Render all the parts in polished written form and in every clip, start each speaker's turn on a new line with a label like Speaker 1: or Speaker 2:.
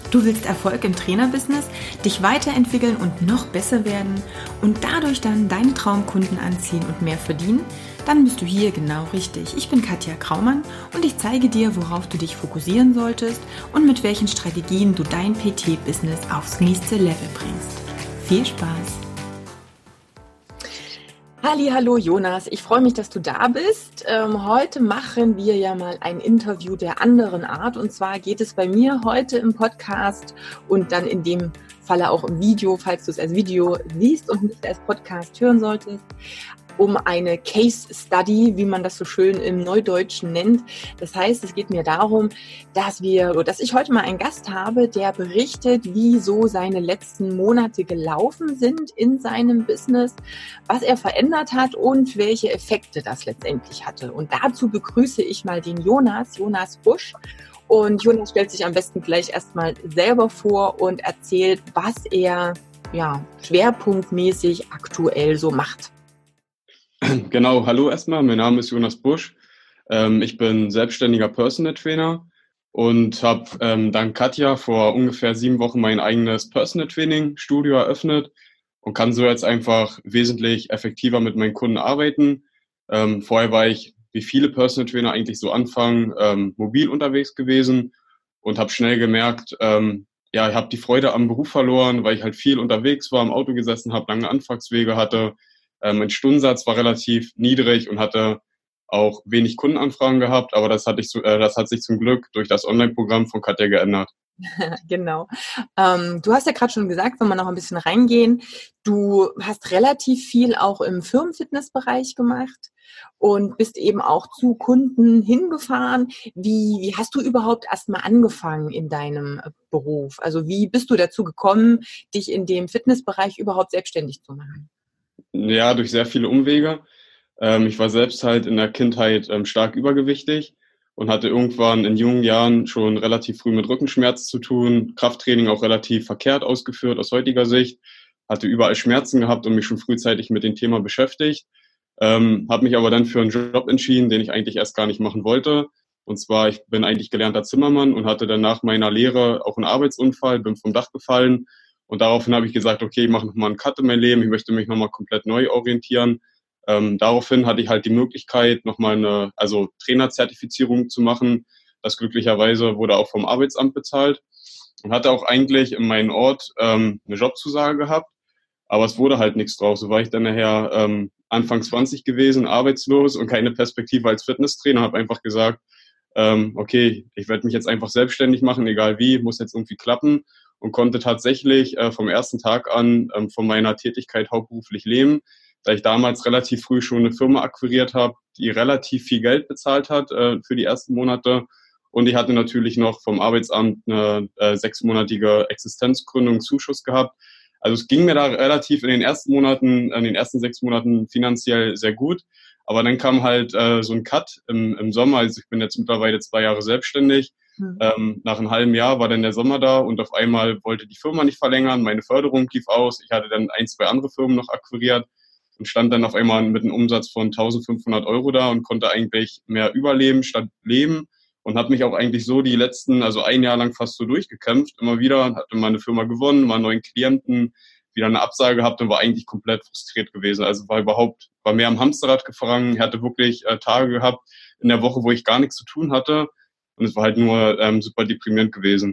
Speaker 1: Du willst Erfolg im Trainerbusiness, dich weiterentwickeln und noch besser werden und dadurch dann deine Traumkunden anziehen und mehr verdienen? Dann bist du hier genau richtig. Ich bin Katja Kraumann und ich zeige dir, worauf du dich fokussieren solltest und mit welchen Strategien du dein PT-Business aufs nächste Level bringst. Viel Spaß! Hallo Jonas, ich freue mich, dass du da bist. Heute machen wir ja mal ein Interview der anderen Art, und zwar geht es bei mir heute im Podcast und dann in dem Falle auch im Video, falls du es als Video siehst und nicht als Podcast hören solltest, um eine Case Study, wie man das so schön im Neudeutschen nennt. Das heißt, es geht mir darum, dass ich heute mal einen Gast habe, der berichtet, wie so seine letzten Monate gelaufen sind in seinem Business, was er verändert hat und welche Effekte das letztendlich hatte. Und dazu begrüße ich mal den Jonas Busch. Und Jonas stellt sich am besten gleich erstmal selber vor und erzählt, was er schwerpunktmäßig aktuell so macht.
Speaker 2: Genau, hallo erstmal, mein Name ist Jonas Busch. Ich bin selbstständiger Personal Trainer und habe dank Katja vor ungefähr 7 Wochen mein eigenes Personal Training Studio eröffnet und kann so jetzt einfach wesentlich effektiver mit meinen Kunden arbeiten. Vorher war ich, wie viele Personal Trainer eigentlich so anfangen, mobil unterwegs gewesen und habe schnell gemerkt, ich habe die Freude am Beruf verloren, weil ich halt viel unterwegs war, im Auto gesessen habe, lange Anfahrtswege hatte. Mein Stundensatz war relativ niedrig und hatte auch wenig Kundenanfragen gehabt, aber das hat sich zum Glück durch das Online-Programm von Katja geändert.
Speaker 1: Genau. Du hast ja gerade schon gesagt, wenn wir noch ein bisschen reingehen, du hast relativ viel auch im Firmenfitnessbereich gemacht und bist eben auch zu Kunden hingefahren. Wie hast du überhaupt erstmal angefangen in deinem Beruf? Also wie bist du dazu gekommen, dich in dem Fitnessbereich überhaupt selbstständig zu machen?
Speaker 2: Ja, durch sehr viele Umwege. Ich war selbst halt in der Kindheit stark übergewichtig und hatte irgendwann in jungen Jahren schon relativ früh mit Rückenschmerzen zu tun, Krafttraining auch relativ verkehrt ausgeführt aus heutiger Sicht, hatte überall Schmerzen gehabt und mich schon frühzeitig mit dem Thema beschäftigt, habe mich aber dann für einen Job entschieden, den ich eigentlich erst gar nicht machen wollte. Und zwar, ich bin eigentlich gelernter Zimmermann und hatte dann nach meiner Lehre auch einen Arbeitsunfall, bin vom Dach gefallen. Und daraufhin habe ich gesagt, okay, ich mache nochmal einen Cut in mein Leben, ich möchte mich nochmal komplett neu orientieren. Daraufhin hatte ich halt die Möglichkeit, nochmal eine Trainerzertifizierung zu machen. Das glücklicherweise wurde auch vom Arbeitsamt bezahlt und hatte auch eigentlich in meinem Ort eine Jobzusage gehabt, aber es wurde halt nichts draus. So war ich dann nachher Anfang 20 gewesen, arbeitslos und keine Perspektive als Fitnesstrainer, habe einfach gesagt, okay, ich werde mich jetzt einfach selbstständig machen, egal wie, muss jetzt irgendwie klappen und konnte tatsächlich vom ersten Tag an von meiner Tätigkeit hauptberuflich leben, da ich damals relativ früh schon eine Firma akquiriert habe, die relativ viel Geld bezahlt hat für die ersten Monate. Und ich hatte natürlich noch vom Arbeitsamt eine 6-monatige Existenzgründung Zuschuss gehabt. Also es ging mir da relativ in den ersten 6 Monaten finanziell sehr gut. Aber dann kam halt so ein Cut im Sommer. Also ich bin jetzt mittlerweile 2 Jahre selbstständig. Nach einem halben Jahr war dann der Sommer da und auf einmal wollte die Firma nicht verlängern. Meine Förderung lief aus. Ich hatte dann 1, 2 andere Firmen noch akquiriert und stand dann auf einmal mit einem Umsatz von 1.500 Euro da und konnte eigentlich mehr überleben statt leben und habe mich auch eigentlich so die letzten, also 1 Jahr lang fast so durchgekämpft, immer wieder, hatte meine Firma gewonnen, mal neuen Klienten, wieder eine Absage gehabt und war eigentlich komplett frustriert gewesen. Also war mehr am Hamsterrad gefangen, hatte wirklich Tage gehabt in der Woche, wo ich gar nichts zu tun hatte und es war halt nur super deprimierend gewesen.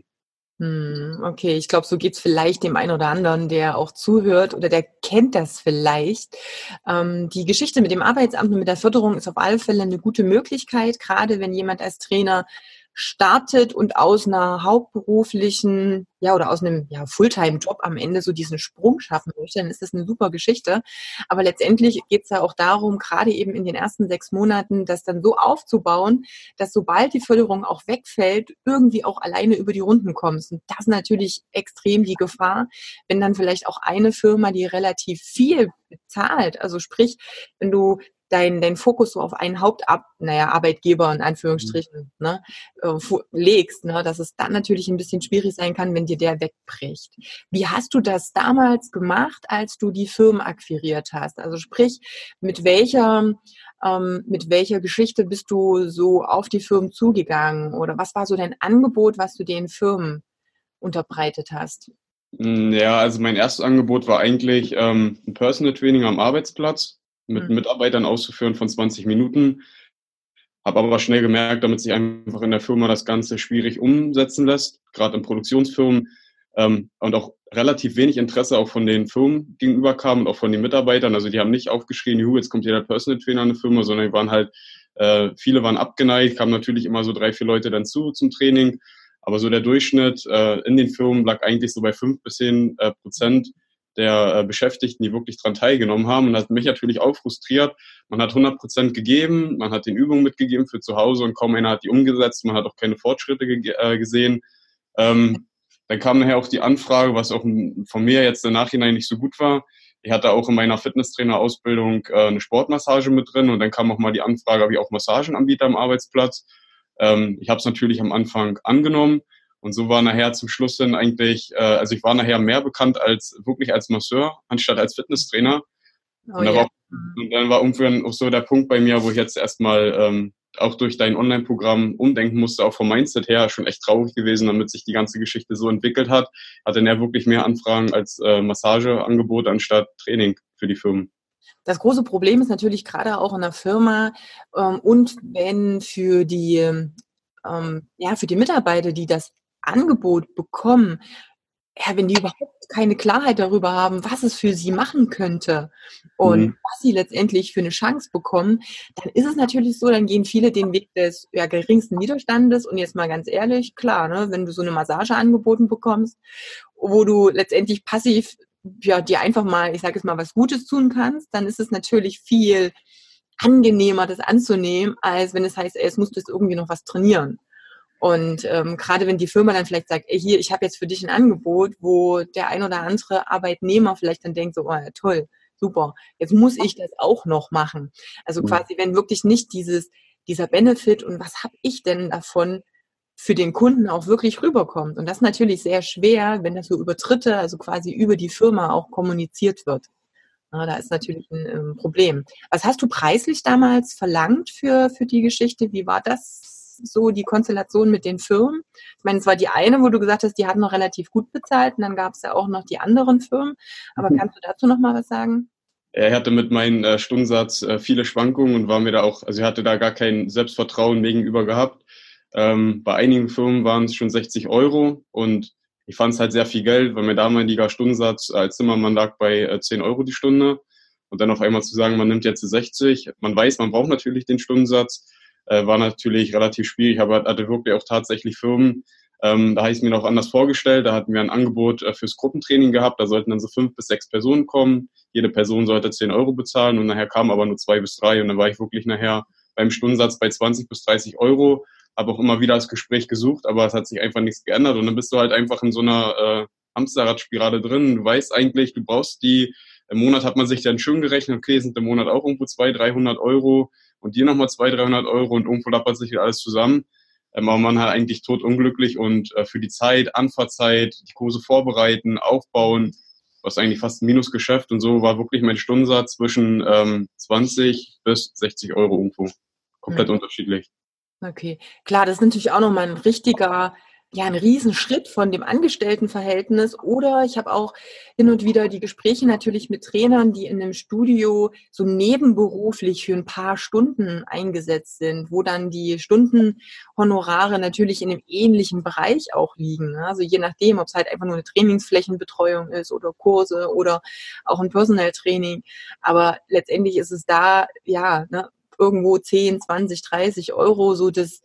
Speaker 1: Okay, ich glaube, so geht's vielleicht dem einen oder anderen, der auch zuhört oder der kennt das vielleicht. Die Geschichte mit dem Arbeitsamt und mit der Förderung ist auf alle Fälle eine gute Möglichkeit, gerade wenn jemand als Trainer startet und aus einer hauptberuflichen, oder aus einem Fulltime-Job am Ende so diesen Sprung schaffen möchte, dann ist das eine super Geschichte. Aber letztendlich geht es ja auch darum, gerade eben in den ersten 6 Monaten, das dann so aufzubauen, dass sobald die Förderung auch wegfällt, irgendwie auch alleine über die Runden kommst. Und das ist natürlich extrem die Gefahr, wenn dann vielleicht auch eine Firma, die relativ viel bezahlt, also sprich, wenn du dein Fokus so auf einen Arbeitgeber in Anführungsstrichen legst, dass es dann natürlich ein bisschen schwierig sein kann, wenn dir der wegbricht. Wie hast du das damals gemacht, als du die Firmen akquiriert hast? Also sprich, mit welcher Geschichte bist du so auf die Firmen zugegangen? Oder was war so dein Angebot, was du den Firmen unterbreitet hast?
Speaker 2: Ja, also mein erstes Angebot war eigentlich ein Personal Training am Arbeitsplatz mit
Speaker 1: Mhm.
Speaker 2: Mitarbeitern auszuführen von 20 Minuten. Habe aber schnell gemerkt, damit sich einfach in der Firma das Ganze schwierig umsetzen lässt, gerade in Produktionsfirmen, und auch relativ wenig Interesse auch von den Firmen gegenüber kam und auch von den Mitarbeitern. Also die haben nicht aufgeschrien, juhu, jetzt kommt hier der Personal Trainer an eine Firma, sondern die waren halt, viele waren abgeneigt, kamen natürlich immer so 3, 4 Leute dann zum Training. Aber so der Durchschnitt in den Firmen lag eigentlich so bei 5 bis 10% der Beschäftigten, die wirklich dran teilgenommen haben. Und das hat mich natürlich auch frustriert. Man hat 100% gegeben, man hat den Übungen mitgegeben für zu Hause und kaum einer hat die umgesetzt. Man hat auch keine Fortschritte gesehen. Dann kam nachher auch die Anfrage, was auch von mir jetzt im Nachhinein nicht so gut war. Ich hatte auch in meiner Fitnesstrainer-Ausbildung eine Sportmassage mit drin und dann kam auch mal die Anfrage, ob ich auch Massagen anbiete am Arbeitsplatz. Ich habe es natürlich am Anfang angenommen und so war nachher zum Schluss dann eigentlich, also ich war nachher mehr bekannt als wirklich als Masseur, anstatt als Fitnesstrainer.
Speaker 1: Oh
Speaker 2: Und, da
Speaker 1: ja.
Speaker 2: war, und dann war irgendwann auch so der Punkt bei mir, wo ich jetzt erstmal auch durch dein Online-Programm umdenken musste, auch vom Mindset her, schon echt traurig gewesen, damit sich die ganze Geschichte so entwickelt hat. Hatte er wirklich mehr Anfragen als Massageangebote anstatt Training für die Firmen.
Speaker 1: Das große Problem ist natürlich gerade auch in der Firma und wenn für die Mitarbeiter, die das Angebot bekommen, ja, wenn die überhaupt keine Klarheit darüber haben, was es für sie machen könnte und
Speaker 2: Mhm.
Speaker 1: was sie letztendlich für eine Chance bekommen, dann ist es natürlich so, dann gehen viele den Weg des geringsten Widerstandes. Und jetzt mal ganz ehrlich, klar, ne, wenn du so eine Massage angeboten bekommst, wo du letztendlich passiv dir einfach mal, ich sage jetzt mal, was Gutes tun kannst, dann ist es natürlich viel angenehmer, das anzunehmen, als wenn es heißt, ey, es musst du jetzt irgendwie noch was trainieren. Und gerade wenn die Firma dann vielleicht sagt, ey, hier, ich habe jetzt für dich ein Angebot, wo der ein oder andere Arbeitnehmer vielleicht dann denkt, so, oh ja, toll, super, jetzt muss ich das auch noch machen. Also quasi, wenn wirklich nicht dieser Benefit und was habe ich denn davon für den Kunden auch wirklich rüberkommt. Und das ist natürlich sehr schwer, wenn das so über Dritte, also quasi über die Firma auch kommuniziert wird. Na, da ist natürlich ein Problem. Was hast du preislich damals verlangt für die Geschichte? Wie war das so, die Konstellation mit den Firmen? Ich meine, es war die eine, wo du gesagt hast, die hat noch relativ gut bezahlt und dann gab es ja auch noch die anderen Firmen. Aber
Speaker 2: Mhm.
Speaker 1: kannst du dazu noch mal was sagen?
Speaker 2: Er hatte mit meinem Stundensatz viele Schwankungen und war mir da auch, also er hatte da gar kein Selbstvertrauen gegenüber gehabt. Bei einigen Firmen waren es schon 60 € und ich fand es halt sehr viel Geld, weil mein damaliger Stundensatz als Zimmermann lag bei 10 € die Stunde. Und dann auf einmal zu sagen, man nimmt jetzt 60, man weiß, man braucht natürlich den Stundensatz, war natürlich relativ schwierig, aber hatte wirklich auch tatsächlich Firmen, da habe ich es mir noch anders vorgestellt. Da hatten wir ein Angebot fürs Gruppentraining gehabt. Da sollten dann so 5 bis 6 Personen kommen. Jede Person sollte 10 € bezahlen und nachher kamen aber nur 2 bis 3. Und dann war ich wirklich nachher beim Stundensatz bei 20 bis 30 €. Habe auch immer wieder das Gespräch gesucht, aber es hat sich einfach nichts geändert. Und dann bist du halt einfach in so einer Hamsterradspirale drin. Du weißt eigentlich, du brauchst die. Im Monat hat man sich dann schön gerechnet, okay, sind im Monat auch irgendwo 200, 300 € und dir nochmal 200, 300 € und irgendwo lappert sich alles zusammen. Aber man halt eigentlich totunglücklich und für die Zeit, Anfahrtzeit, die Kurse vorbereiten, aufbauen, was eigentlich fast ein Minusgeschäft und so war wirklich mein Stundensatz zwischen 20 bis 60 € irgendwo. Komplett unterschiedlich.
Speaker 1: Okay, klar, das ist natürlich auch noch mal 'n richtiger ein Riesenschritt von dem Angestelltenverhältnis. Oder ich habe auch hin und wieder die Gespräche natürlich mit Trainern, die in 'nem Studio so nebenberuflich für 'n paar Stunden eingesetzt sind, wo dann die Stundenhonorare natürlich in 'nem ähnlichen Bereich auch liegen, ne? Also, je nachdem, ob's halt einfach nur 'ne Trainingsflächenbetreuung ist oder Kurse oder auch 'n Personal Training. Aber letztendlich ist es da, ja, ne, irgendwo 10, 20, 30 € so das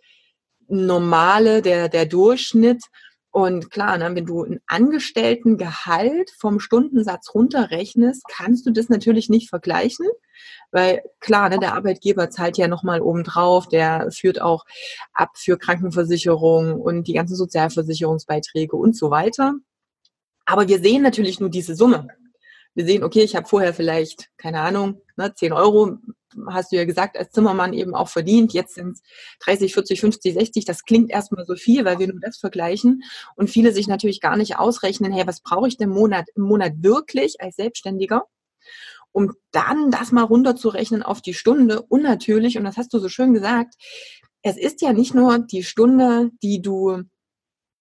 Speaker 1: Normale, der Durchschnitt. Und klar, ne, wenn du 'n Angestelltengehalt vom Stundensatz runterrechnest, kannst du das natürlich nicht vergleichen, weil klar, ne, der Arbeitgeber zahlt ja noch mal obendrauf, der führt auch ab für Krankenversicherung und die ganzen Sozialversicherungsbeiträge und so weiter. Aber wir sehen natürlich nur diese Summe. Wir sehen, okay, ich habe vorher vielleicht, keine Ahnung, ne, 10 € hast du ja gesagt, als Zimmermann eben auch verdient. Jetzt sind es 30, 40, 50, 60. Das klingt erstmal so viel, weil wir nur das vergleichen und viele sich natürlich gar nicht ausrechnen, hey, was brauche ich denn im Monat wirklich als Selbstständiger, um dann das mal runterzurechnen auf die Stunde. Und natürlich, und das hast du so schön gesagt, es ist ja nicht nur die Stunde, die du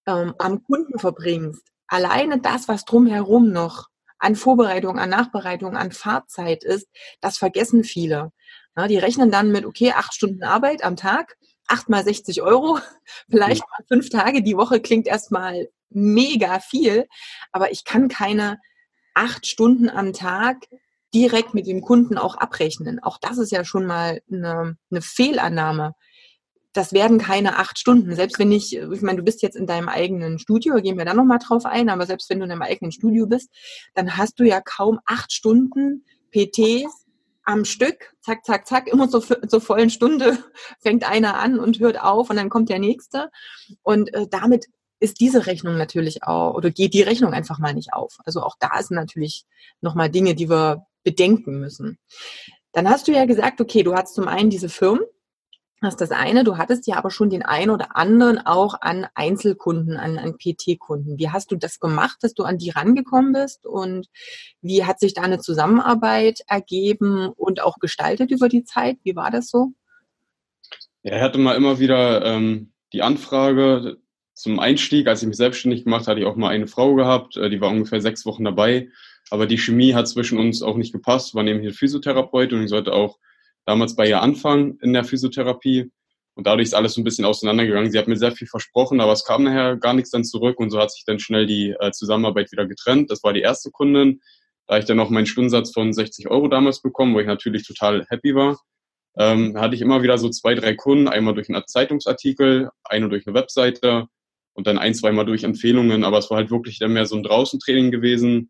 Speaker 1: am Kunden verbringst, alleine das, was drumherum noch an Vorbereitung, an Nachbereitung, an Fahrzeit ist, das vergessen viele. Ja, die rechnen dann mit, okay, 8 Stunden Arbeit am Tag, 8 mal 60 Euro, vielleicht mal 5 Tage die Woche, klingt erstmal mega viel, aber ich kann keine 8 Stunden am Tag direkt mit dem Kunden auch abrechnen. Auch das ist ja schon mal eine Fehlannahme. Das werden keine 8 Stunden. Selbst wenn ich meine, du bist jetzt in deinem eigenen Studio, gehen wir da nochmal drauf ein, aber selbst wenn du in deinem eigenen Studio bist, dann hast du ja kaum 8 Stunden PTs am Stück, zack, zack, zack, immer zur vollen Stunde fängt einer an und hört auf und dann kommt der nächste. Und damit ist diese Rechnung natürlich auch, oder geht die Rechnung einfach mal nicht auf. Also auch da sind natürlich nochmal Dinge, die wir bedenken müssen. Dann hast du ja gesagt, okay, du hast zum einen diese Firmen, das ist das eine, du hattest ja aber schon den einen oder anderen auch an Einzelkunden, an PT-Kunden. Wie hast du das gemacht, dass du an die rangekommen bist und wie hat sich da eine Zusammenarbeit ergeben und auch gestaltet über die Zeit? Wie war das so?
Speaker 2: Ja, ich hatte mal immer wieder die Anfrage zum Einstieg, als ich mich selbstständig gemacht hatte, ich auch mal eine Frau gehabt, die war ungefähr 6 Wochen dabei, aber die Chemie hat zwischen uns auch nicht gepasst, war nämlich eine Physiotherapeutin und ich sollte auch damals bei ihr anfangen in der Physiotherapie und dadurch ist alles so ein bisschen auseinandergegangen. Sie hat mir sehr viel versprochen, aber es kam nachher gar nichts dann zurück und so hat sich dann schnell die Zusammenarbeit wieder getrennt. Das war die erste Kundin, da ich dann noch meinen Stundensatz von 60 Euro damals bekommen, wo ich natürlich total happy war. Hatte ich immer wieder so 2, 3 Kunden, einmal durch einen Zeitungsartikel, eine durch eine Webseite und dann 1, 2 Mal durch Empfehlungen, aber es war halt wirklich dann mehr so ein Draußentraining gewesen.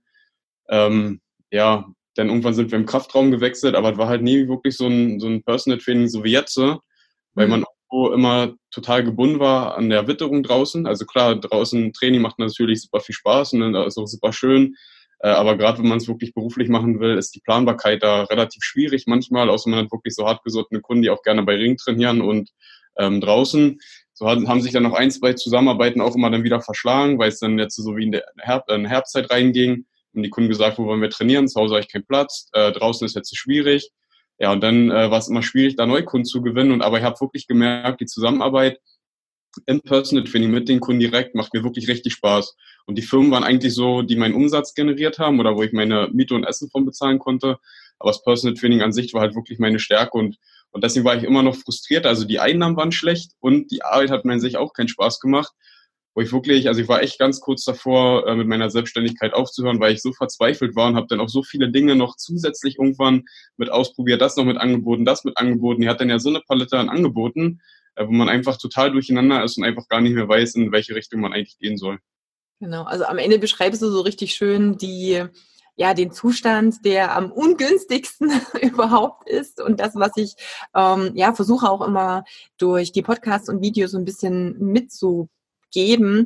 Speaker 2: Ja, dann irgendwann sind wir im Kraftraum gewechselt, aber es war halt nie wirklich so ein Personal Training, so wie jetzt, weil man auch immer total gebunden war an der Witterung draußen. Also klar, draußen Training macht natürlich super viel Spaß und ist auch super schön. Aber gerade wenn man es wirklich beruflich machen will, ist die Planbarkeit da relativ schwierig manchmal, außer man hat wirklich so hartgesottene Kunden, die auch gerne bei Ring trainieren und draußen. So haben sich dann noch 1, 2 Zusammenarbeiten auch immer dann wieder verschlagen, weil es dann jetzt so wie in der Herbstzeit reinging und die Kunden gesagt, wo wollen wir trainieren? Zu Hause habe ich keinen Platz, draußen ist jetzt zu schwierig. Ja, und dann war es immer schwierig, da Neukunden zu gewinnen. Aber ich habe wirklich gemerkt, die Zusammenarbeit im Personal Training mit den Kunden direkt macht mir wirklich richtig Spaß. Und die Firmen waren eigentlich so, die meinen Umsatz generiert haben oder wo ich meine Miete und Essen von bezahlen konnte. Aber das Personal Training an sich war halt wirklich meine Stärke und deswegen war ich immer noch frustriert. Also die Einnahmen waren schlecht und die Arbeit hat mir an sich auch keinen Spaß gemacht. Wo ich wirklich, also ich war echt ganz kurz davor, mit meiner Selbstständigkeit aufzuhören, weil ich so verzweifelt war und habe dann auch so viele Dinge noch zusätzlich irgendwann mit ausprobiert, das noch mit angeboten, das mit angeboten. Die hat dann ja so eine Palette an Angeboten, wo man einfach total durcheinander ist und einfach gar nicht mehr weiß, in welche Richtung man eigentlich gehen soll.
Speaker 1: Genau, also am Ende beschreibst du so richtig schön den Zustand, der am ungünstigsten überhaupt ist und das, was ich versuche auch immer durch die Podcasts und Videos so ein bisschen mitzugeben.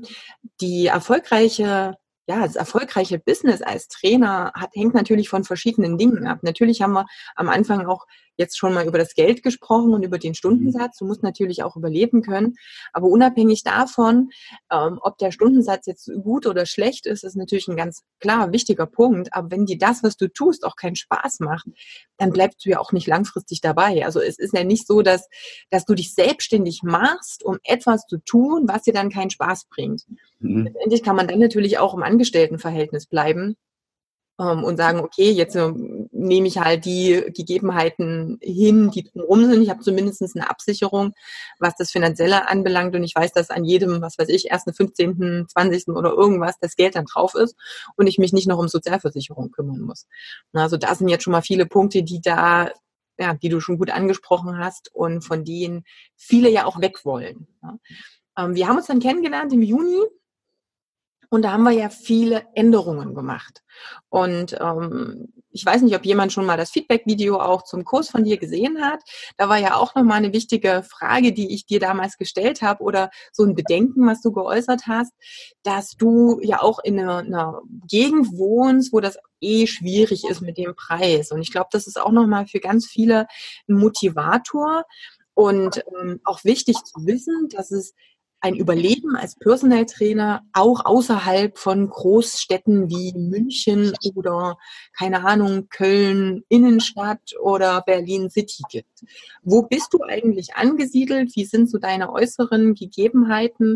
Speaker 1: Das erfolgreiche Business als Trainer hängt natürlich von verschiedenen Dingen ab. Natürlich haben wir am Anfang auch jetzt schon mal über das Geld gesprochen und über den Stundensatz. Du musst natürlich auch überleben können. Aber unabhängig davon, ob der Stundensatz jetzt gut oder schlecht ist, ist natürlich ein ganz klar wichtiger Punkt. Aber wenn dir das, was du tust, auch keinen Spaß macht, dann bleibst du ja auch nicht langfristig dabei. Also es ist ja nicht so, dass du dich selbstständig machst, um etwas zu tun, was dir dann keinen Spaß bringt. Letztendlich kann man dann natürlich auch im Angestelltenverhältnis bleiben und sagen, okay, jetzt nehme ich halt die Gegebenheiten hin, die drumherum sind. Ich habe zumindest eine Absicherung, was das Finanzielle anbelangt und ich weiß, dass an jedem, was weiß ich, 1., 15., 20. oder irgendwas das Geld dann drauf ist und ich mich nicht noch um Sozialversicherung kümmern muss. Also da sind jetzt schon mal viele Punkte, die du schon gut angesprochen hast und von denen viele ja auch weg wollen. Wir haben uns dann kennengelernt im Juni. Und da haben wir ja viele Änderungen gemacht. Und ich weiß nicht, ob jemand schon mal das Feedback-Video auch zum Kurs von dir gesehen hat. Da war ja auch nochmal eine wichtige Frage, die ich dir damals gestellt habe oder so ein Bedenken, was du geäußert hast, dass du ja auch in einer Gegend wohnst, wo das schwierig ist mit dem Preis. Und ich glaube, das ist auch nochmal für ganz viele ein Motivator und auch wichtig zu wissen, dass es ein Überleben als Personal Trainer auch außerhalb von Großstädten wie München oder, keine Ahnung, Köln Innenstadt oder Berlin City gibt. Wo bist du eigentlich angesiedelt? Wie sind so deine äußeren Gegebenheiten?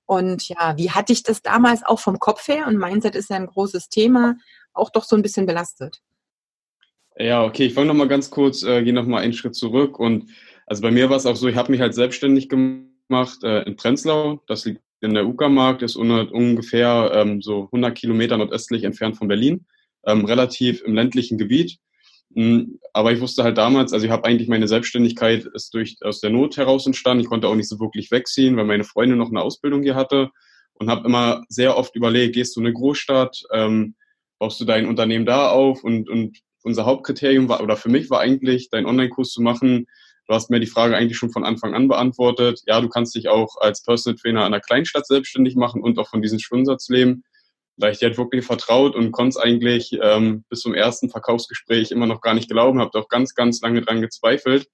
Speaker 1: Und ja, wie hat dich das damals auch vom Kopf her, und Mindset ist ja ein großes Thema, auch doch so ein bisschen belastet?
Speaker 2: Ja, okay, ich fange nochmal ganz kurz, gehe nochmal einen Schritt zurück. Und also bei mir war es auch so, ich habe mich halt selbstständig gemacht in Prenzlau. Das liegt in der Uckermark, ist ungefähr so 100 Kilometer nordöstlich entfernt von Berlin, relativ im ländlichen Gebiet. Aber ich wusste halt damals, also ich habe eigentlich meine Selbstständigkeit ist aus der Not heraus entstanden. Ich konnte auch nicht so wirklich wegziehen, weil meine Freundin noch eine Ausbildung hier hatte und habe immer sehr oft überlegt, gehst du in eine Großstadt, baust du dein Unternehmen da auf und unser Hauptkriterium war, oder für mich war eigentlich, deinen Online-Kurs zu machen. Du hast mir die Frage eigentlich schon von Anfang an beantwortet. Ja, du kannst dich auch als Personal Trainer in einer Kleinstadt selbstständig machen und auch von diesem Stundensatz leben. Da ich dir halt wirklich vertraut und konnte es eigentlich bis zum ersten Verkaufsgespräch immer noch gar nicht glauben, habe auch ganz, ganz lange dran gezweifelt.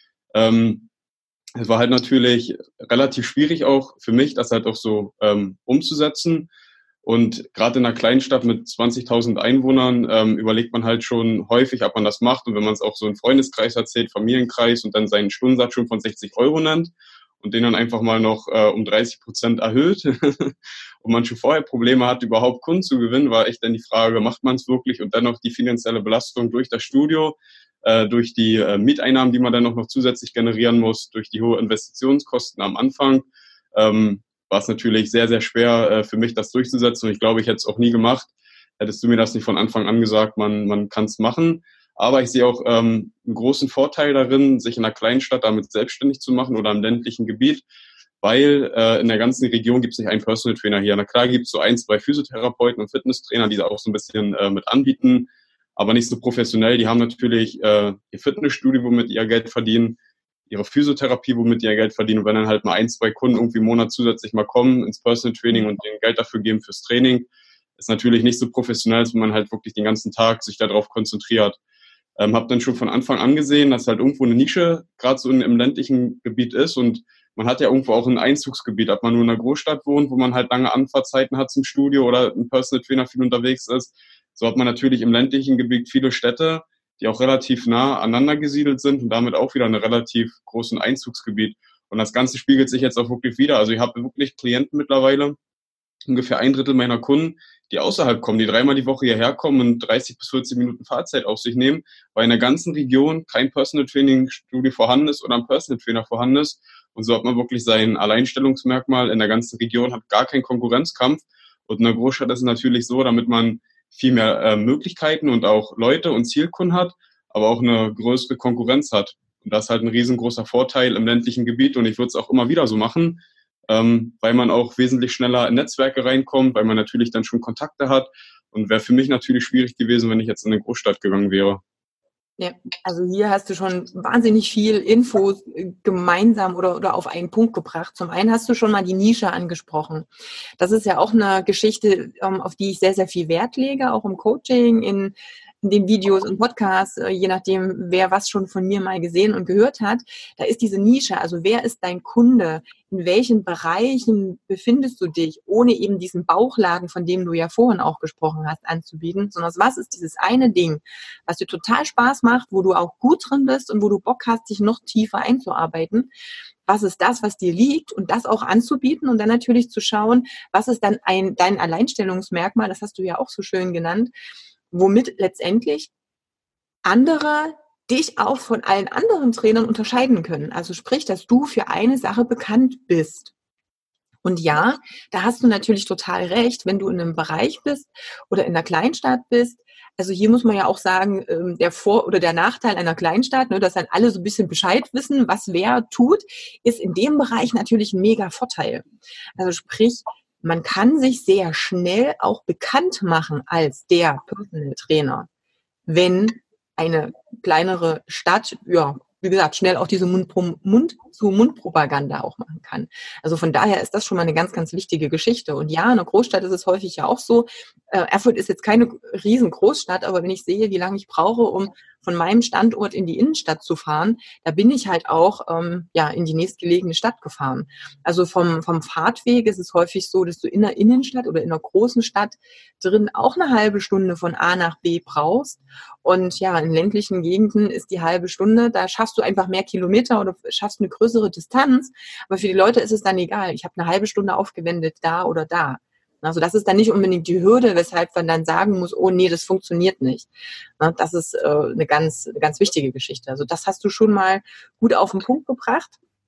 Speaker 2: Es war halt natürlich relativ schwierig auch für mich, das halt auch so umzusetzen. Und gerade in einer kleinen Stadt mit 20.000 Einwohnern überlegt man halt schon häufig, ob man das macht. Und wenn man es auch so im Freundeskreis erzählt, Familienkreis und dann seinen Stundensatz schon von 60 Euro nennt und den dann einfach mal noch um 30% erhöht und man schon vorher Probleme hat, überhaupt Kunden zu gewinnen, war echt dann die Frage, macht man es wirklich? Und dann noch die finanzielle Belastung durch das Studio, durch die Mieteinnahmen, die man dann noch zusätzlich generieren muss, durch die hohen Investitionskosten am Anfang. War es natürlich sehr, sehr schwer für mich, das durchzusetzen. Und ich glaube, ich hätte es auch nie gemacht. Hättest du mir das nicht von Anfang an gesagt, man kann es machen. Aber ich sehe auch einen großen Vorteil darin, sich in einer kleinen Stadt damit selbstständig zu machen oder im ländlichen Gebiet, weil in der ganzen Region gibt es nicht einen Personal Trainer hier. Na klar gibt es so ein, zwei Physiotherapeuten und Fitnesstrainer, die da auch so ein bisschen mit anbieten, aber nicht so professionell. Die haben natürlich ihr Fitnessstudio, womit ihr Geld verdienen, ihre Physiotherapie, womit die ihr Geld verdienen. Und wenn dann halt mal ein, zwei Kunden irgendwie im Monat zusätzlich mal kommen ins Personal Training und denen Geld dafür geben fürs Training, ist natürlich nicht so professionell, als wenn man halt wirklich den ganzen Tag sich darauf konzentriert. Habe dann schon von Anfang an gesehen, dass halt irgendwo eine Nische gerade so im ländlichen Gebiet ist und man hat ja irgendwo auch ein Einzugsgebiet, ob man nur in einer Großstadt wohnt, wo man halt lange Anfahrtzeiten hat zum Studio oder ein Personal Trainer viel unterwegs ist. So hat man natürlich im ländlichen Gebiet viele Städte, die auch relativ nah aneinander gesiedelt sind und damit auch wieder einen relativ großen Einzugsgebiet. Und das Ganze spiegelt sich jetzt auch wirklich wieder. Also ich habe wirklich Klienten mittlerweile, ungefähr ein Drittel meiner Kunden, die außerhalb kommen, die dreimal die Woche hierher kommen und 30 bis 40 Minuten Fahrzeit auf sich nehmen, weil in der ganzen Region kein Personal Training Studio vorhanden ist oder ein Personal Trainer vorhanden ist. Und so hat man wirklich sein Alleinstellungsmerkmal in der ganzen Region, hat gar keinen Konkurrenzkampf. Und in der Großstadt ist es natürlich so, damit man viel mehr Möglichkeiten und auch Leute und Zielkunden hat, aber auch eine größere Konkurrenz hat. Und das ist halt ein riesengroßer Vorteil im ländlichen Gebiet und ich würde es auch immer wieder so machen, weil man auch wesentlich schneller in Netzwerke reinkommt, weil man natürlich dann schon Kontakte hat und wäre für mich natürlich schwierig gewesen, wenn ich jetzt in eine Großstadt gegangen wäre.
Speaker 1: Ja, also hier hast du schon wahnsinnig viel Infos gemeinsam oder auf einen Punkt gebracht. Zum einen hast du schon mal die Nische angesprochen. Das ist ja auch eine Geschichte, auf die ich sehr, sehr viel Wert lege, auch im Coaching, in den Videos und Podcasts, je nachdem, wer was schon von mir mal gesehen und gehört hat. Da ist diese Nische, also wer ist dein Kunde? In welchen Bereichen befindest du dich, ohne eben diesen Bauchladen, von dem du ja vorhin auch gesprochen hast, anzubieten, sondern was ist dieses eine Ding, was dir total Spaß macht, wo du auch gut drin bist und wo du Bock hast, dich noch tiefer einzuarbeiten. Was ist das, was dir liegt und das auch anzubieten und dann natürlich zu schauen, was ist dann dein Alleinstellungsmerkmal, das hast du ja auch so schön genannt, womit letztendlich andere dich auch von allen anderen Trainern unterscheiden können. Also sprich, dass du für eine Sache bekannt bist. Und ja, da hast du natürlich total recht, wenn du in einem Bereich bist oder in einer Kleinstadt bist. Also hier muss man ja auch sagen, der Vor- oder der Nachteil einer Kleinstadt, ne, dass dann alle so ein bisschen Bescheid wissen, was wer tut, ist in dem Bereich natürlich ein mega Vorteil. Also sprich, man kann sich sehr schnell auch bekannt machen als der Personal Trainer, wenn eine kleinere Stadt, ja, wie gesagt, schnell auch diese Mund-zu-Mund-Propaganda auch machen kann. Also von daher ist das schon mal eine ganz, ganz wichtige Geschichte. Und ja, in einer Großstadt ist es häufig ja auch so, Erfurt ist jetzt keine riesen Großstadt, aber wenn ich sehe, wie lange ich brauche, um von meinem Standort in die Innenstadt zu fahren, da bin ich halt auch in die nächstgelegene Stadt gefahren. Also vom Fahrtweg ist es häufig so, dass du in der Innenstadt oder in einer großen Stadt drin auch eine halbe Stunde von A nach B brauchst. Und ja, in ländlichen Gegenden ist die halbe Stunde, da schaffst du einfach mehr Kilometer oder schaffst eine größere Distanz. Aber für die Leute ist es dann egal. Ich habe eine halbe Stunde aufgewendet da oder da. Also das ist dann nicht unbedingt die Hürde, weshalb man dann sagen muss, oh nee, das funktioniert nicht. Das ist eine ganz wichtige Geschichte. Also das hast du schon mal gut auf den Punkt gebracht.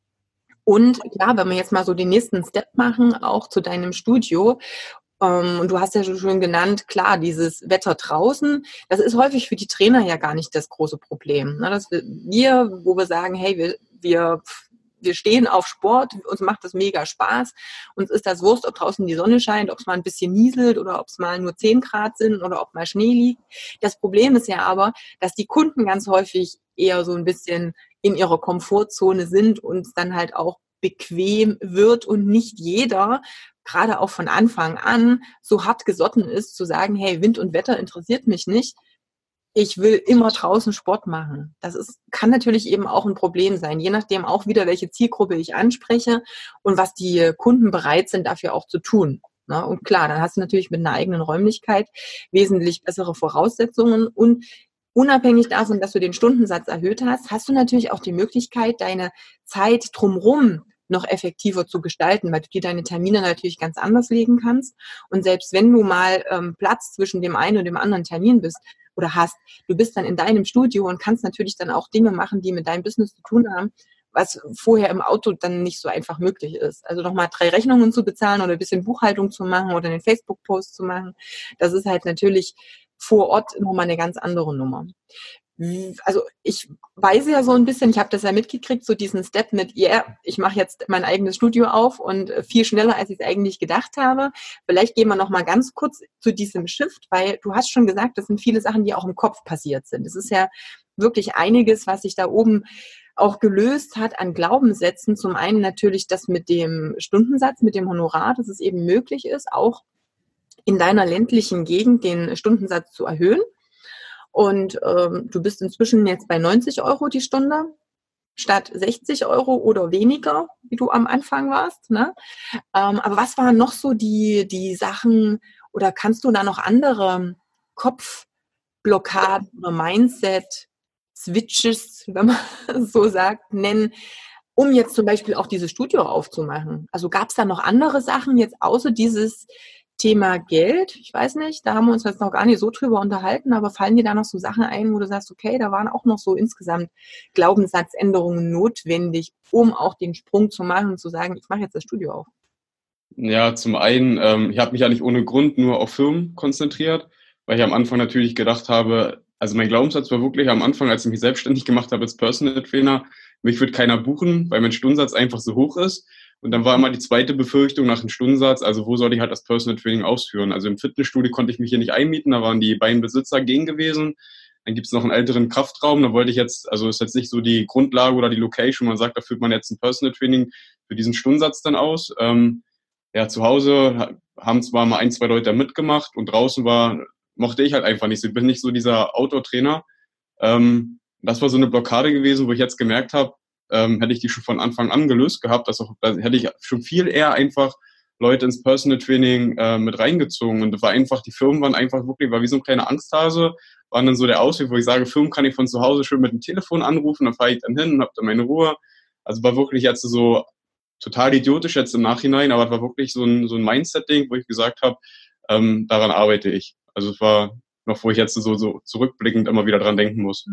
Speaker 1: Und klar, wenn wir jetzt mal so den nächsten Step machen, auch zu deinem Studio, und du hast ja schon genannt, klar, dieses Wetter draußen, das ist häufig für die Trainer ja gar nicht das große Problem. Dass wir, wo wir sagen, hey, wir stehen auf Sport, uns macht das mega Spaß, uns ist das Wurst, ob draußen die Sonne scheint, ob es mal ein bisschen nieselt oder ob es mal nur 10 Grad sind oder ob mal Schnee liegt. Das Problem ist ja aber, dass die Kunden ganz häufig eher so ein bisschen in ihrer Komfortzone sind und es dann halt auch bequem wird und nicht jeder, gerade auch von Anfang an, so hart gesotten ist, zu sagen, hey, Wind und Wetter interessiert mich nicht. Ich will immer draußen Sport machen. Kann natürlich eben auch ein Problem sein, je nachdem auch wieder, welche Zielgruppe ich anspreche und was die Kunden bereit sind, dafür auch zu tun. Und klar, dann hast du natürlich mit einer eigenen Räumlichkeit wesentlich bessere Voraussetzungen und unabhängig davon, dass du den Stundensatz erhöht hast, hast du natürlich auch die Möglichkeit, deine Zeit drumherum noch effektiver zu gestalten, weil du dir deine Termine natürlich ganz anders legen kannst. Und selbst wenn du mal Platz zwischen dem einen und dem anderen Termin bist oder hast, du bist dann in deinem Studio und kannst natürlich dann auch Dinge machen, die mit deinem Business zu tun haben, was vorher im Auto dann nicht so einfach möglich ist. Also nochmal 3 Rechnungen zu bezahlen oder ein bisschen Buchhaltung zu machen oder einen Facebook-Post zu machen, das ist halt natürlich vor Ort nochmal eine ganz andere Nummer. Also ich weiß ja so ein bisschen, ich habe das ja mitgekriegt, so diesen Step mit, ich mache jetzt mein eigenes Studio auf und viel schneller, als ich es eigentlich gedacht habe. Vielleicht gehen wir noch mal ganz kurz zu diesem Shift, weil du hast schon gesagt, das sind viele Sachen, die auch im Kopf passiert sind. Es ist ja wirklich einiges, was sich da oben auch gelöst hat an Glaubenssätzen. Zum einen natürlich das mit dem Stundensatz, mit dem Honorar, dass es eben möglich ist, auch in deiner ländlichen Gegend den Stundensatz zu erhöhen. Und du bist inzwischen jetzt bei 90 € die Stunde statt 60 € oder weniger, wie du am Anfang warst. Ne? Aber was waren noch so die Sachen oder kannst du da noch andere Kopfblockaden oder Mindset-Switches, wenn man so sagt, nennen, um jetzt zum Beispiel auch dieses Studio aufzumachen? Also gab es da noch andere Sachen jetzt außer dieses Thema Geld? Ich weiß nicht, da haben wir uns jetzt noch gar nicht so drüber unterhalten, aber fallen dir da noch so Sachen ein, wo du sagst, okay, da waren auch noch so insgesamt Glaubenssatzänderungen notwendig, um auch den Sprung zu machen und zu sagen, ich mache jetzt das Studio auf?
Speaker 2: Ja, zum einen, ich habe mich ja nicht ohne Grund nur auf Firmen konzentriert, weil ich am Anfang natürlich gedacht habe, also mein Glaubenssatz war wirklich am Anfang, als ich mich selbstständig gemacht habe als Personal Trainer, mich wird keiner buchen, weil mein Stundensatz einfach so hoch ist. Und dann war immer die zweite Befürchtung nach dem Stundensatz, also wo soll ich halt das Personal Training ausführen? Also im Fitnessstudio konnte ich mich hier nicht einmieten, da waren die beiden Besitzer gegen gewesen. Dann gibt es noch einen älteren Kraftraum, da wollte ich jetzt, also ist jetzt nicht so die Grundlage oder die Location, man sagt, da führt man jetzt ein Personal Training für diesen Stundensatz dann aus. Ja, zu Hause haben zwar mal 1, 2 Leute mitgemacht und draußen mochte ich halt einfach nicht. Ich bin nicht so dieser Outdoor-Trainer. Das war so eine Blockade gewesen, wo ich jetzt gemerkt habe, hätte ich die schon von Anfang an gelöst gehabt, da hätte ich schon viel eher einfach Leute ins Personal Training mit reingezogen. Und das war einfach, die Firmen waren einfach wirklich, war wie so ein kleiner Angsthase, waren dann so der Ausweg, wo ich sage, Firmen kann ich von zu Hause schön mit dem Telefon anrufen, dann fahre ich dann hin und habe dann meine Ruhe. Also war wirklich jetzt so total idiotisch jetzt im Nachhinein, aber es war wirklich so ein Mindset-Ding, wo ich gesagt habe, daran arbeite ich. Also es war noch, wo ich jetzt so zurückblickend immer wieder dran denken muss.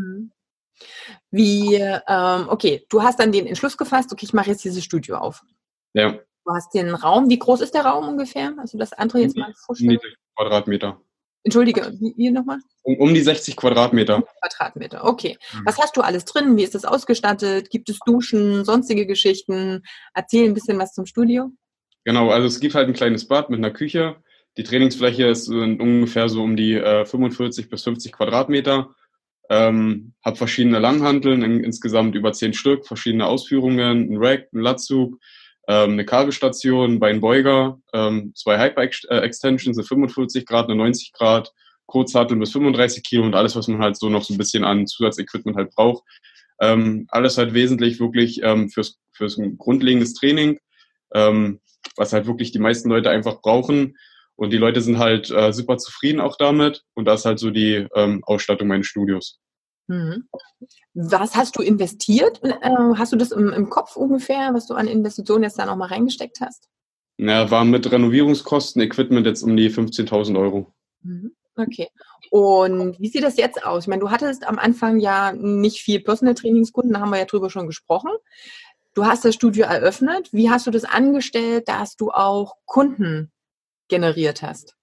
Speaker 1: Okay, du hast dann den Entschluss gefasst, okay, ich mache jetzt dieses Studio auf.
Speaker 2: Ja.
Speaker 1: Du hast den Raum, wie groß ist der Raum ungefähr? Also das andere jetzt mal vorstellen.
Speaker 2: Um die 60 Quadratmeter.
Speaker 1: Entschuldige, wie nochmal?
Speaker 2: Um die 60 Quadratmeter.
Speaker 1: Quadratmeter, okay. Was hast du alles drin? Wie ist das ausgestattet? Gibt es Duschen, sonstige Geschichten? Erzähl ein bisschen was zum Studio.
Speaker 2: Genau, also es gibt halt ein kleines Bad mit einer Küche. Die Trainingsfläche ist ungefähr so um die 45 bis 50 Quadratmeter. Hab verschiedene Langhanteln, insgesamt über 10 Stück, verschiedene Ausführungen, ein Rack, ein Latzug, eine Kabelstation, Beinbeuger, 2 Hyper-Extensions, eine 45 Grad, eine 90 Grad, Kurzhanteln bis 35 Kilo und alles, was man halt so noch so ein bisschen an Zusatzequipment halt braucht. Alles halt wesentlich wirklich fürs ein grundlegendes Training, was halt wirklich die meisten Leute einfach brauchen. Und die Leute sind halt super zufrieden auch damit. Und das ist halt so die Ausstattung meines Studios.
Speaker 1: Mhm. Was hast du investiert? Hast du das im Kopf ungefähr, was du an Investitionen jetzt da noch mal reingesteckt hast?
Speaker 2: Ja, waren mit Renovierungskosten, Equipment jetzt um die 15.000 Euro.
Speaker 1: Okay. Und wie sieht das jetzt aus? Ich meine, du hattest am Anfang ja nicht viel Personal Trainingskunden, da haben wir ja drüber schon gesprochen. Du hast das Studio eröffnet. Wie hast du das angestellt, dass du auch Kunden generiert hast?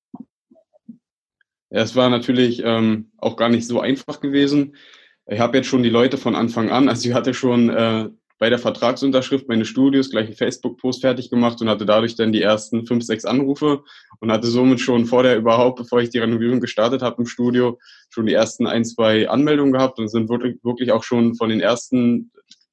Speaker 2: Ja, es war natürlich auch gar nicht so einfach gewesen. Ich habe jetzt schon die Leute von Anfang an, also ich hatte schon bei der Vertragsunterschrift meine Studios gleich einen Facebook-Post fertig gemacht und hatte dadurch dann die ersten 5, 6 Anrufe und hatte somit schon bevor ich die Renovierung gestartet habe im Studio, schon die ersten 1, 2 Anmeldungen gehabt und sind wirklich auch schon von den ersten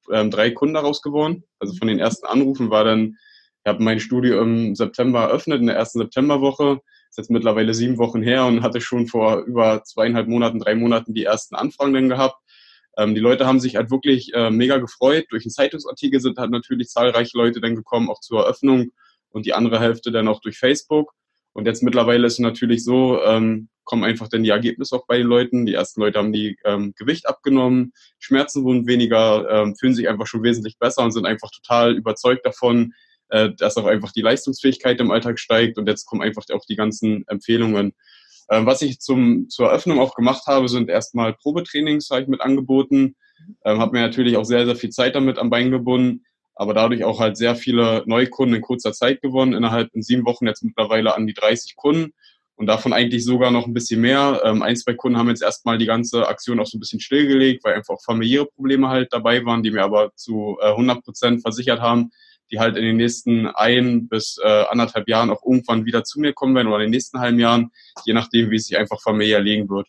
Speaker 2: 3 Kunden daraus geworden. Also von den ersten Anrufen ich habe mein Studio im September eröffnet, in der ersten Septemberwoche. Ist jetzt mittlerweile 7 Wochen her und hatte schon vor über 2,5 Monaten, 3 Monaten die ersten Anfragen dann gehabt. Die Leute haben sich halt wirklich mega gefreut. Durch einen Zeitungsartikel sind halt natürlich zahlreiche Leute dann gekommen, auch zur Eröffnung und die andere Hälfte dann auch durch Facebook. Und jetzt mittlerweile ist es natürlich so, kommen einfach dann die Ergebnisse auch bei den Leuten. Die ersten Leute haben die Gewicht abgenommen, Schmerzen wurden weniger, fühlen sich einfach schon wesentlich besser und sind einfach total überzeugt davon, dass auch einfach die Leistungsfähigkeit im Alltag steigt. Und jetzt kommen einfach auch die ganzen Empfehlungen. Was ich zur Eröffnung auch gemacht habe, sind erstmal Probetrainings, habe ich mit angeboten. Habe mir natürlich auch sehr, sehr viel Zeit damit am Bein gebunden, aber dadurch auch halt sehr viele Neukunden in kurzer Zeit gewonnen. Innerhalb in 7 Wochen jetzt mittlerweile an die 30 Kunden und davon eigentlich sogar noch ein bisschen mehr. 1, 2 Kunden haben jetzt erstmal die ganze Aktion auch so ein bisschen stillgelegt, weil einfach familiäre Probleme halt dabei waren, die mir aber zu 100% versichert haben, die halt in den nächsten 1 bis 1,5 Jahren auch irgendwann wieder zu mir kommen werden oder in den nächsten halben Jahren, je nachdem, wie es sich einfach familiär legen wird.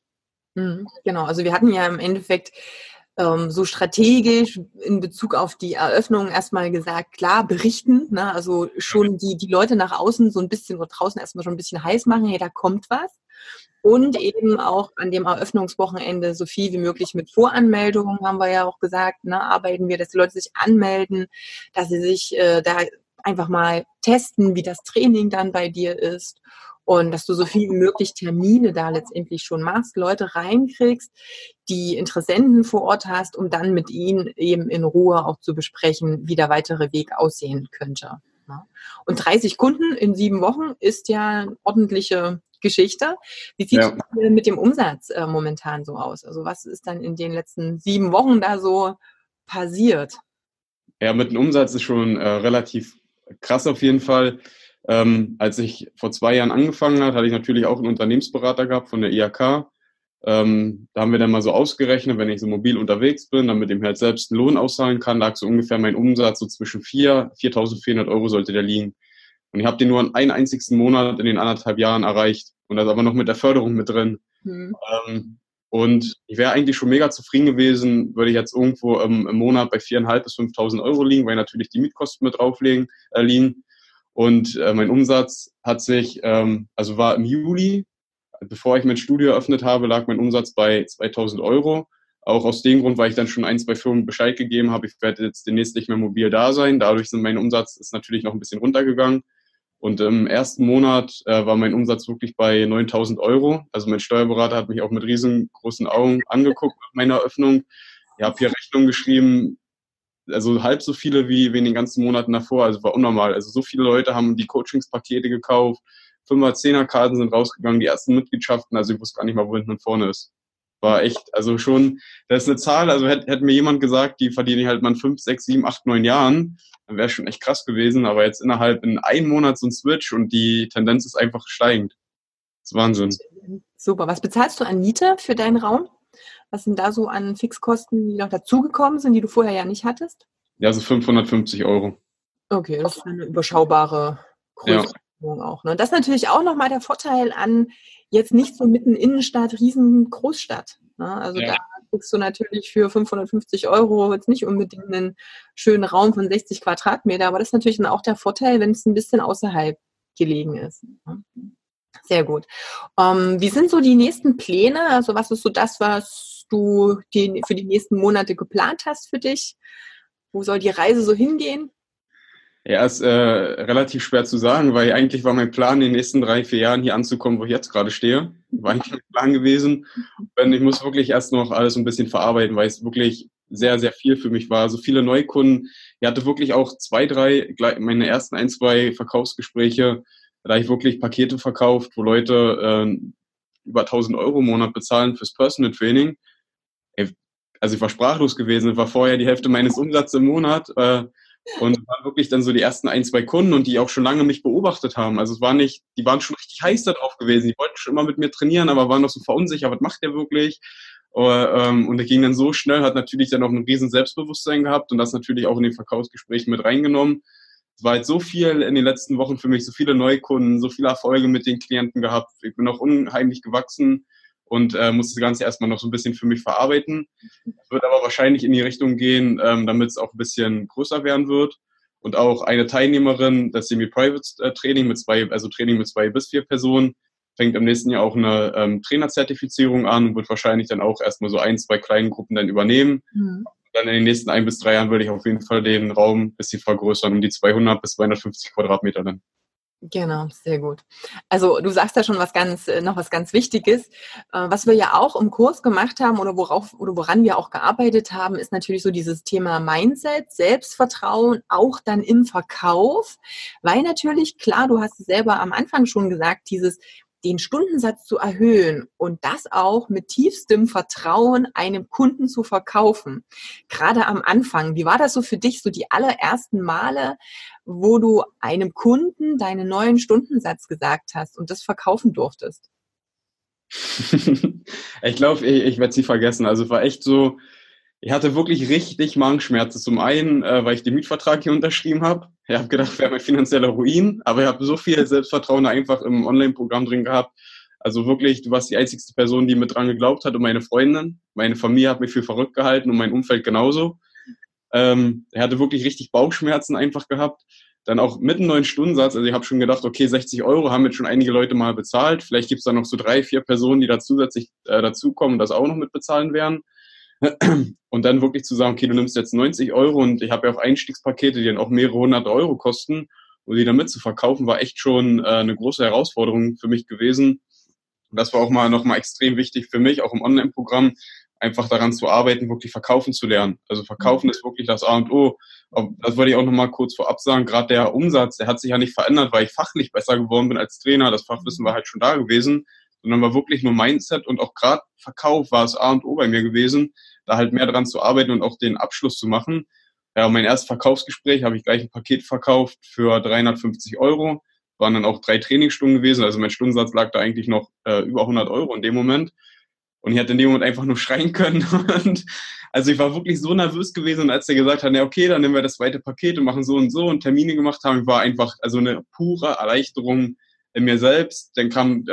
Speaker 1: Genau, also wir hatten ja im Endeffekt so strategisch in Bezug auf die Eröffnung erstmal gesagt, klar, berichten, ne? Also schon die Leute nach außen so ein bisschen oder draußen erstmal schon ein bisschen heiß machen, hey, da kommt was. Und eben auch an dem Eröffnungswochenende so viel wie möglich mit Voranmeldungen, haben wir ja auch gesagt, ne, arbeiten wir, dass die Leute sich anmelden, dass sie sich da einfach mal testen, wie das Training dann bei dir ist und dass du so viel wie möglich Termine da letztendlich schon machst, Leute reinkriegst, die Interessenten vor Ort hast, um dann mit ihnen eben in Ruhe auch zu besprechen, wie der weitere Weg aussehen könnte. Ne? Und 30 Kunden in 7 Wochen ist ja eine ordentliche Geschichte. Wie sieht es mit dem Umsatz momentan so aus? Also was ist dann in den letzten 7 Wochen da so passiert?
Speaker 2: Ja, mit dem Umsatz ist schon relativ krass auf jeden Fall. Als ich vor 2 Jahren angefangen habe, hatte ich natürlich auch einen Unternehmensberater gehabt von der IHK. Da haben wir dann mal so ausgerechnet, wenn ich so mobil unterwegs bin, damit ich mir halt selbst einen Lohn auszahlen kann, lag so ungefähr mein Umsatz so zwischen 4.400 Euro sollte der liegen. Und ich habe den nur in einem einzigen Monat in den 1,5 Jahren erreicht. Und das aber noch mit der Förderung mit drin. Und ich wäre eigentlich schon mega zufrieden gewesen, würde ich jetzt irgendwo im Monat bei 4.500 bis 5.000 Euro liegen, weil natürlich die Mietkosten mit drauflegen liegen. Und mein Umsatz hat sich, also war im Juli, bevor ich mein Studio eröffnet habe, lag mein Umsatz bei 2.000 Euro. Auch aus dem Grund, weil ich dann schon 1, 2 Firmen Bescheid gegeben habe, ich werde jetzt demnächst nicht mehr mobil da sein. Dadurch sind mein Umsatz ist natürlich noch ein bisschen runtergegangen. Und im ersten Monat war mein Umsatz wirklich bei 9.000 Euro. Also mein Steuerberater hat mich auch mit riesengroßen Augen angeguckt nach meiner Eröffnung. Ich habe hier Rechnungen geschrieben, also halb so viele wie in den ganzen Monaten davor. Also war unnormal. Also so viele Leute haben die Coachingspakete gekauft, 5er, 10er Karten sind rausgegangen, die ersten Mitgliedschaften. Also ich wusste gar nicht mal, wo hinten und vorne ist. War echt, also schon, das ist eine Zahl, also hätte mir jemand gesagt, die verdiene ich halt mal in 5, 6, 7, 8, 9 Jahren, dann wäre schon echt krass gewesen, aber jetzt innerhalb in einem Monat so ein Switch und die Tendenz ist einfach steigend. Das ist Wahnsinn.
Speaker 1: Super. Was bezahlst du an Miete für deinen Raum? Was sind da so an Fixkosten, die noch dazugekommen sind, die du vorher ja nicht hattest?
Speaker 2: Ja, so 550 Euro.
Speaker 1: Okay, das ist eine überschaubare Größenordnung auch. Ne? Das ist natürlich auch nochmal der Vorteil an jetzt nicht so mitten Innenstadt, riesen Großstadt. Ne? Also da kriegst du natürlich für 550 € jetzt nicht unbedingt einen schönen Raum von 60 Quadratmeter, aber das ist natürlich dann auch der Vorteil, wenn es ein bisschen außerhalb gelegen ist. Ne? Sehr gut. Wie sind so die nächsten Pläne? Also was ist so das, was du für die nächsten Monate geplant hast für dich? Wo soll die Reise so hingehen?
Speaker 2: Ja, ist relativ schwer zu sagen, weil eigentlich war mein Plan, in den nächsten 3, 4 Jahren hier anzukommen, wo ich jetzt gerade stehe. War eigentlich mein Plan gewesen. Und ich muss wirklich erst noch alles ein bisschen verarbeiten, weil es wirklich sehr, sehr viel für mich war. So viele Neukunden. Ich hatte wirklich auch 2, 3, meine ersten 1, 2 Verkaufsgespräche, da habe ich wirklich Pakete verkauft, wo Leute über 1.000 € im Monat bezahlen fürs Personal Training. Also ich war sprachlos gewesen, war vorher die Hälfte meines Umsatzes im Monat. Und es waren wirklich dann so die ersten 1, 2 Kunden und die auch schon lange mich beobachtet haben. Also es war nicht, die waren schon richtig heiß darauf gewesen. Die wollten schon immer mit mir trainieren, aber waren noch so verunsichert, was macht der wirklich? Und das ging dann so schnell, hat natürlich dann auch ein riesen Selbstbewusstsein gehabt und das natürlich auch in den Verkaufsgesprächen mit reingenommen. Es war halt so viel in den letzten Wochen für mich, so viele Neukunden, so viele Erfolge mit den Klienten gehabt. Ich bin auch unheimlich gewachsen und musste das Ganze erstmal noch so ein bisschen für mich verarbeiten. Es wird aber wahrscheinlich in die Richtung gehen, damit es auch ein bisschen größer werden wird. Und auch eine Teilnehmerin, das Semi-Private-Training also Training mit 2 bis 4 Personen, fängt im nächsten Jahr auch eine Trainerzertifizierung an und wird wahrscheinlich dann auch erstmal so 1, 2 kleinen Gruppen dann übernehmen. Mhm. Dann in den nächsten 1 bis 3 Jahren würde ich auf jeden Fall den Raum ein bisschen vergrößern, um die 200 bis 250 Quadratmeter dann.
Speaker 1: Genau, sehr gut. Also du sagst da schon noch was ganz Wichtiges. Was wir ja auch im Kurs gemacht haben oder woran wir auch gearbeitet haben, ist natürlich so dieses Thema Mindset, Selbstvertrauen, auch dann im Verkauf. Weil natürlich, klar, du hast es selber am Anfang schon gesagt, den Stundensatz zu erhöhen und das auch mit tiefstem Vertrauen einem Kunden zu verkaufen. Gerade am Anfang, wie war das so für dich, so die allerersten Male, wo du einem Kunden deinen neuen Stundensatz gesagt hast und das verkaufen durftest?
Speaker 2: Ich glaube, ich werde sie vergessen. Also es war echt so, ich hatte wirklich richtig Magenschmerzen. Zum einen, weil ich den Mietvertrag hier unterschrieben habe. Ich habe gedacht, wäre mein finanzieller Ruin, aber ich habe so viel Selbstvertrauen einfach im Online-Programm drin gehabt. Also wirklich, du warst die einzigste Person, die mit dran geglaubt hat und meine Freundin. Meine Familie hat mich für verrückt gehalten und mein Umfeld genauso. Er hatte wirklich richtig Bauchschmerzen einfach gehabt. Dann auch mit einem neuen Stundensatz. Also ich habe schon gedacht, okay, 60 € haben jetzt schon einige Leute mal bezahlt. Vielleicht gibt es da noch so 3, 4 Personen, die da zusätzlich dazukommen und das auch noch mit bezahlen werden. Und dann wirklich zu sagen, okay, du nimmst jetzt 90 € und ich habe ja auch Einstiegspakete, die dann auch mehrere 100 € kosten und die dann mitzuverkaufen, war echt schon eine große Herausforderung für mich gewesen. Und das war auch nochmal extrem wichtig für mich, auch im Online-Programm, einfach daran zu arbeiten, wirklich verkaufen zu lernen. Also verkaufen ist wirklich das A und O. Das wollte ich auch nochmal kurz vorab sagen. Gerade der Umsatz, der hat sich ja nicht verändert, weil ich fachlich besser geworden bin als Trainer. Das Fachwissen war halt schon da gewesen, sondern war wirklich nur Mindset und auch gerade Verkauf war das A und O bei mir gewesen, da halt mehr dran zu arbeiten und auch den Abschluss zu machen. Ja, mein erstes Verkaufsgespräch habe ich gleich ein Paket verkauft für 350 €. Waren dann auch 3 Trainingsstunden gewesen. Also mein Stundensatz lag da eigentlich noch über 100 € in dem Moment. Und ich hätte in dem Moment einfach nur schreien können. Und also ich war wirklich so nervös gewesen. Und als er gesagt hat, na okay, dann nehmen wir das zweite Paket und machen so und Termine gemacht haben, war einfach also eine pure Erleichterung in mir selbst. Dann kam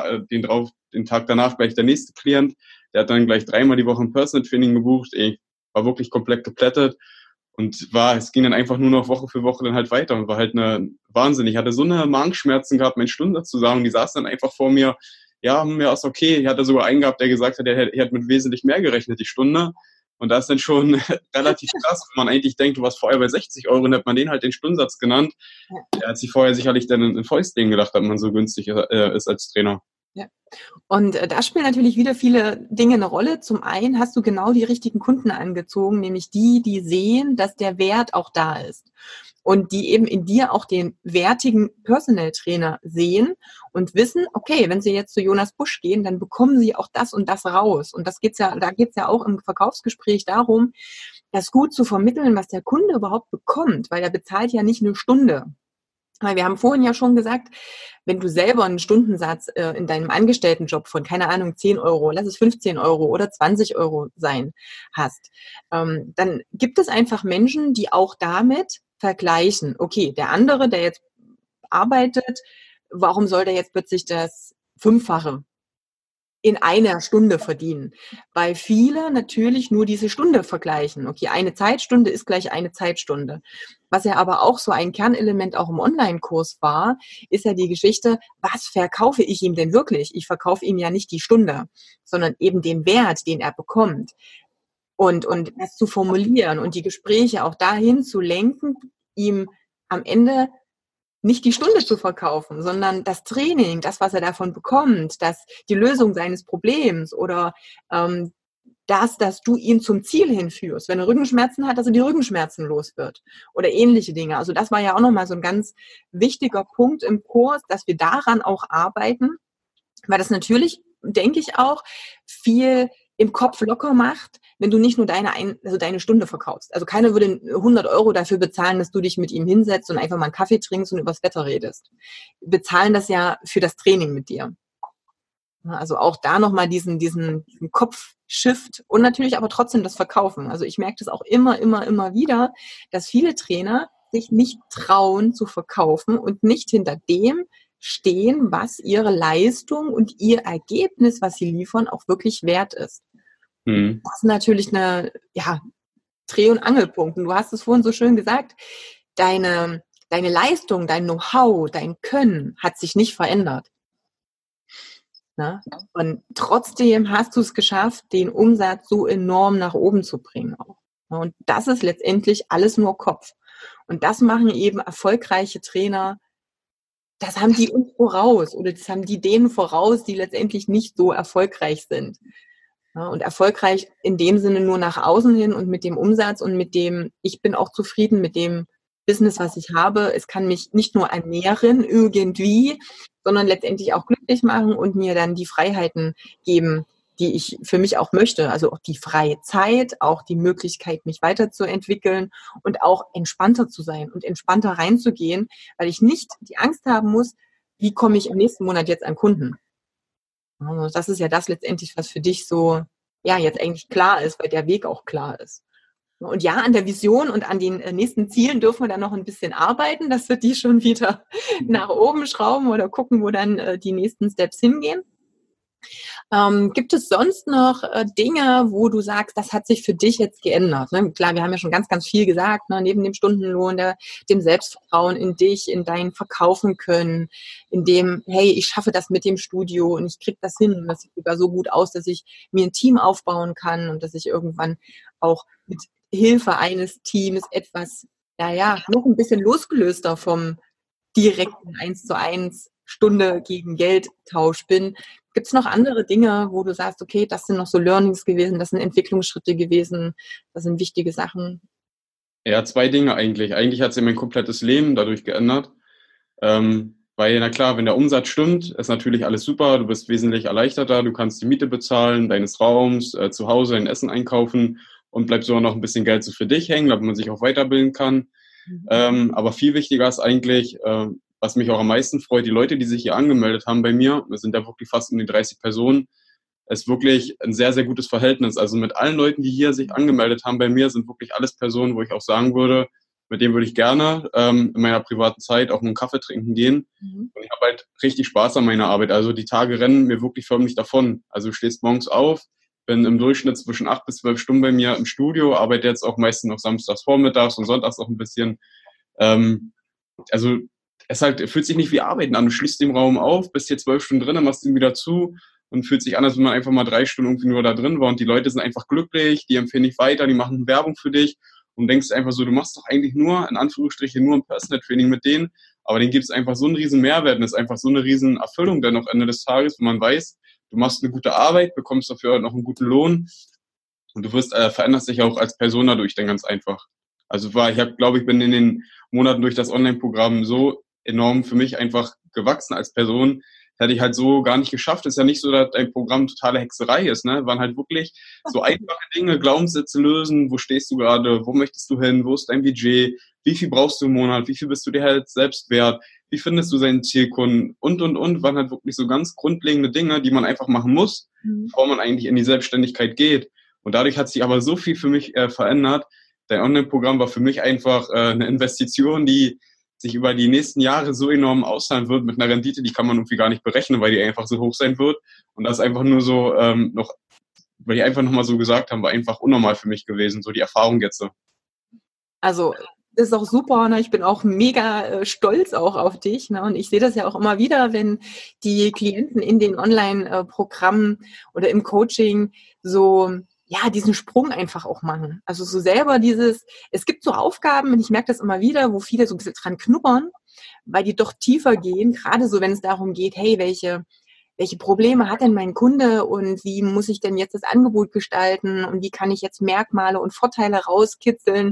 Speaker 2: den Tag danach gleich der nächste Klient. Der hat dann gleich 3-mal die Woche ein Personal Training gebucht. Ich war wirklich komplett geplättet. Und es ging dann einfach nur noch Woche für Woche dann halt weiter und war halt eine Wahnsinn. Ich hatte so eine Magenschmerzen gehabt, meinen Stundensatz zu sagen. Die saß dann einfach vor mir, ja, mir ist okay. Ich hatte sogar einen gehabt, der gesagt hat, er hat mit wesentlich mehr gerechnet, die Stunde. Und das ist dann schon relativ krass, wenn man eigentlich denkt, du warst vorher bei 60 € und hat man den halt den Stundensatz genannt. Er hat sich vorher sicherlich dann in Fäustling gedacht, dass man so günstig ist als Trainer.
Speaker 1: Ja. Und da spielen natürlich wieder viele Dinge eine Rolle. Zum einen hast du genau die richtigen Kunden angezogen, nämlich die sehen, dass der Wert auch da ist. Und die eben in dir auch den wertigen Personal Trainer sehen und wissen, okay, wenn sie jetzt zu Jonas Busch gehen, dann bekommen sie auch das und das raus. Und da geht's ja auch im Verkaufsgespräch darum, das gut zu vermitteln, was der Kunde überhaupt bekommt, weil er bezahlt ja nicht eine Stunde. Weil wir haben vorhin ja schon gesagt, wenn du selber einen Stundensatz in deinem Angestelltenjob von, keine Ahnung, 10 €, lass es 15 € oder 20 € sein, hast, dann gibt es einfach Menschen, die auch damit vergleichen. Okay, der andere, der jetzt arbeitet, warum soll der jetzt plötzlich das Fünffache in einer Stunde verdienen. Weil viele natürlich nur diese Stunde vergleichen. Okay, eine Zeitstunde ist gleich eine Zeitstunde. Was ja aber auch so ein Kernelement auch im Online-Kurs war, ist ja die Geschichte, was verkaufe ich ihm denn wirklich? Ich verkaufe ihm ja nicht die Stunde, sondern eben den Wert, den er bekommt. Und das zu formulieren und die Gespräche auch dahin zu lenken, ihm am Ende nicht die Stunde zu verkaufen, sondern das Training, das, was er davon bekommt, die Lösung seines Problems oder dass du ihn zum Ziel hinführst. Wenn er Rückenschmerzen hat, dass er die Rückenschmerzen los wird oder ähnliche Dinge. Also das war ja auch nochmal so ein ganz wichtiger Punkt im Kurs, dass wir daran auch arbeiten, weil das natürlich, denke ich auch, viel im Kopf locker macht, wenn du nicht nur deine Stunde verkaufst. Also keiner würde 100 € dafür bezahlen, dass du dich mit ihm hinsetzt und einfach mal einen Kaffee trinkst und übers Wetter redest. Wir bezahlen das ja für das Training mit dir. Also auch da nochmal diesen Kopfshift und natürlich aber trotzdem das Verkaufen. Also ich merke das auch immer wieder, dass viele Trainer sich nicht trauen zu verkaufen und nicht hinter dem stehen, was ihre Leistung und ihr Ergebnis, was sie liefern, auch wirklich wert ist. Das ist natürlich eine Dreh- und Angelpunkt. Und du hast es vorhin so schön gesagt, deine Leistung, dein Know-how, dein Können hat sich nicht verändert. Ne? Und trotzdem hast du es geschafft, den Umsatz so enorm nach oben zu bringen. Auch. Und das ist letztendlich alles nur Kopf. Und das machen eben erfolgreiche Trainer. Das haben die uns voraus oder das haben die denen voraus, die letztendlich nicht so erfolgreich sind. Ja, und erfolgreich in dem Sinne nur nach außen hin und mit dem Umsatz und mit dem, ich bin auch zufrieden mit dem Business, was ich habe. Es kann mich nicht nur ernähren irgendwie, sondern letztendlich auch glücklich machen und mir dann die Freiheiten geben, die ich für mich auch möchte. Also auch die freie Zeit, auch die Möglichkeit, mich weiterzuentwickeln und auch entspannter zu sein und entspannter reinzugehen, weil ich nicht die Angst haben muss, wie komme ich im nächsten Monat jetzt an Kunden. Also das ist ja das letztendlich, was für dich so, ja, jetzt eigentlich klar ist, weil der Weg auch klar ist. Und ja, an der Vision und an den nächsten Zielen dürfen wir dann noch ein bisschen arbeiten, dass wir die schon wieder nach oben schrauben oder gucken, wo dann die nächsten Steps hingehen. Gibt es sonst noch Dinge, wo du sagst, das hat sich für dich jetzt geändert? Ne? Klar, wir haben ja schon ganz viel gesagt, ne? Neben dem Stundenlohn, dem Selbstvertrauen in dich, in dein Verkaufen können, in dem, hey, ich schaffe das mit dem Studio und ich kriege das hin und das sieht sogar so gut aus, dass ich mir ein Team aufbauen kann und dass ich irgendwann auch mit Hilfe eines Teams etwas, noch ein bisschen losgelöster vom direkten 1:1 Stunde gegen Geldtausch bin. Gibt es noch andere Dinge, wo du sagst, okay, das sind noch so Learnings gewesen, das sind Entwicklungsschritte gewesen, das sind wichtige Sachen?
Speaker 2: Ja, 2 Dinge eigentlich. Eigentlich hat sich mein komplettes Leben dadurch geändert. Weil, na klar, wenn der Umsatz stimmt, ist natürlich alles super, du bist wesentlich erleichterter, du kannst die Miete bezahlen, deines Raums, zu Hause dein Essen einkaufen und bleibt sogar noch ein bisschen Geld so für dich hängen, damit man sich auch weiterbilden kann. Aber viel wichtiger ist eigentlich, was mich auch am meisten freut, die Leute, die sich hier angemeldet haben bei mir, wir sind ja wirklich fast um die 30 Personen, ist wirklich ein sehr, sehr gutes Verhältnis. Also mit allen Leuten, die hier sich angemeldet haben bei mir, sind wirklich alles Personen, wo ich auch sagen würde, mit denen würde ich gerne in meiner privaten Zeit auch einen Kaffee trinken gehen. Und ich habe halt richtig Spaß an meiner Arbeit. Also die Tage rennen mir wirklich förmlich davon. Also du stehst morgens auf, bin im Durchschnitt zwischen 8 bis 12 Stunden bei mir im Studio, arbeite jetzt auch meistens noch samstags vormittags und sonntags auch ein bisschen. Also es halt fühlt sich nicht wie Arbeiten an. Du schließt den Raum auf, bist hier 12 Stunden drin, machst ihn wieder zu und fühlt sich an, als wenn man einfach mal 3 Stunden irgendwie nur da drin war. Und die Leute sind einfach glücklich, die empfehlen dich weiter, die machen Werbung für dich und denkst einfach so, du machst doch eigentlich nur, in Anführungsstrichen, nur ein Personal Training mit denen, aber denen gibt es einfach so einen riesen Mehrwert und es ist einfach so eine riesen Erfüllung dann noch Ende des Tages, wenn man weiß, du machst eine gute Arbeit, bekommst dafür noch einen guten Lohn und du veränderst dich auch als Person dadurch dann ganz einfach. Also ich bin in den Monaten durch das Online-Programm so enorm für mich einfach gewachsen als Person. Das hätte ich halt so gar nicht geschafft. Es ist ja nicht so, dass ein Programm totale Hexerei ist, ne? Waren halt wirklich so einfache Dinge, Glaubenssätze lösen. Wo stehst du gerade? Wo möchtest du hin? Wo ist dein Budget? Wie viel brauchst du im Monat? Wie viel bist du dir halt selbst wert? Wie findest du seinen Zielkunden? Und. Waren halt wirklich so ganz grundlegende Dinge, die man einfach machen muss, bevor man eigentlich in die Selbstständigkeit geht. Und dadurch hat sich aber so viel für mich verändert. Dein Online-Programm war für mich einfach eine Investition, die sich über die nächsten Jahre so enorm auszahlen wird mit einer Rendite, die kann man irgendwie gar nicht berechnen, weil die einfach so hoch sein wird. Und das ist einfach nur so noch, weil die einfach nochmal so gesagt haben, war einfach unnormal für mich gewesen, so die Erfahrung jetzt so.
Speaker 1: Also das ist auch super, ne? Ich bin auch mega stolz auch auf dich, ne? Und ich sehe das ja auch immer wieder, wenn die Klienten in den Online-Programmen oder im Coaching so, ja, diesen Sprung einfach auch machen. Also so selber es gibt so Aufgaben, und ich merke das immer wieder, wo viele so ein bisschen dran knubbern, weil die doch tiefer gehen, gerade so, wenn es darum geht, hey, welche Probleme hat denn mein Kunde und wie muss ich denn jetzt das Angebot gestalten und wie kann ich jetzt Merkmale und Vorteile rauskitzeln.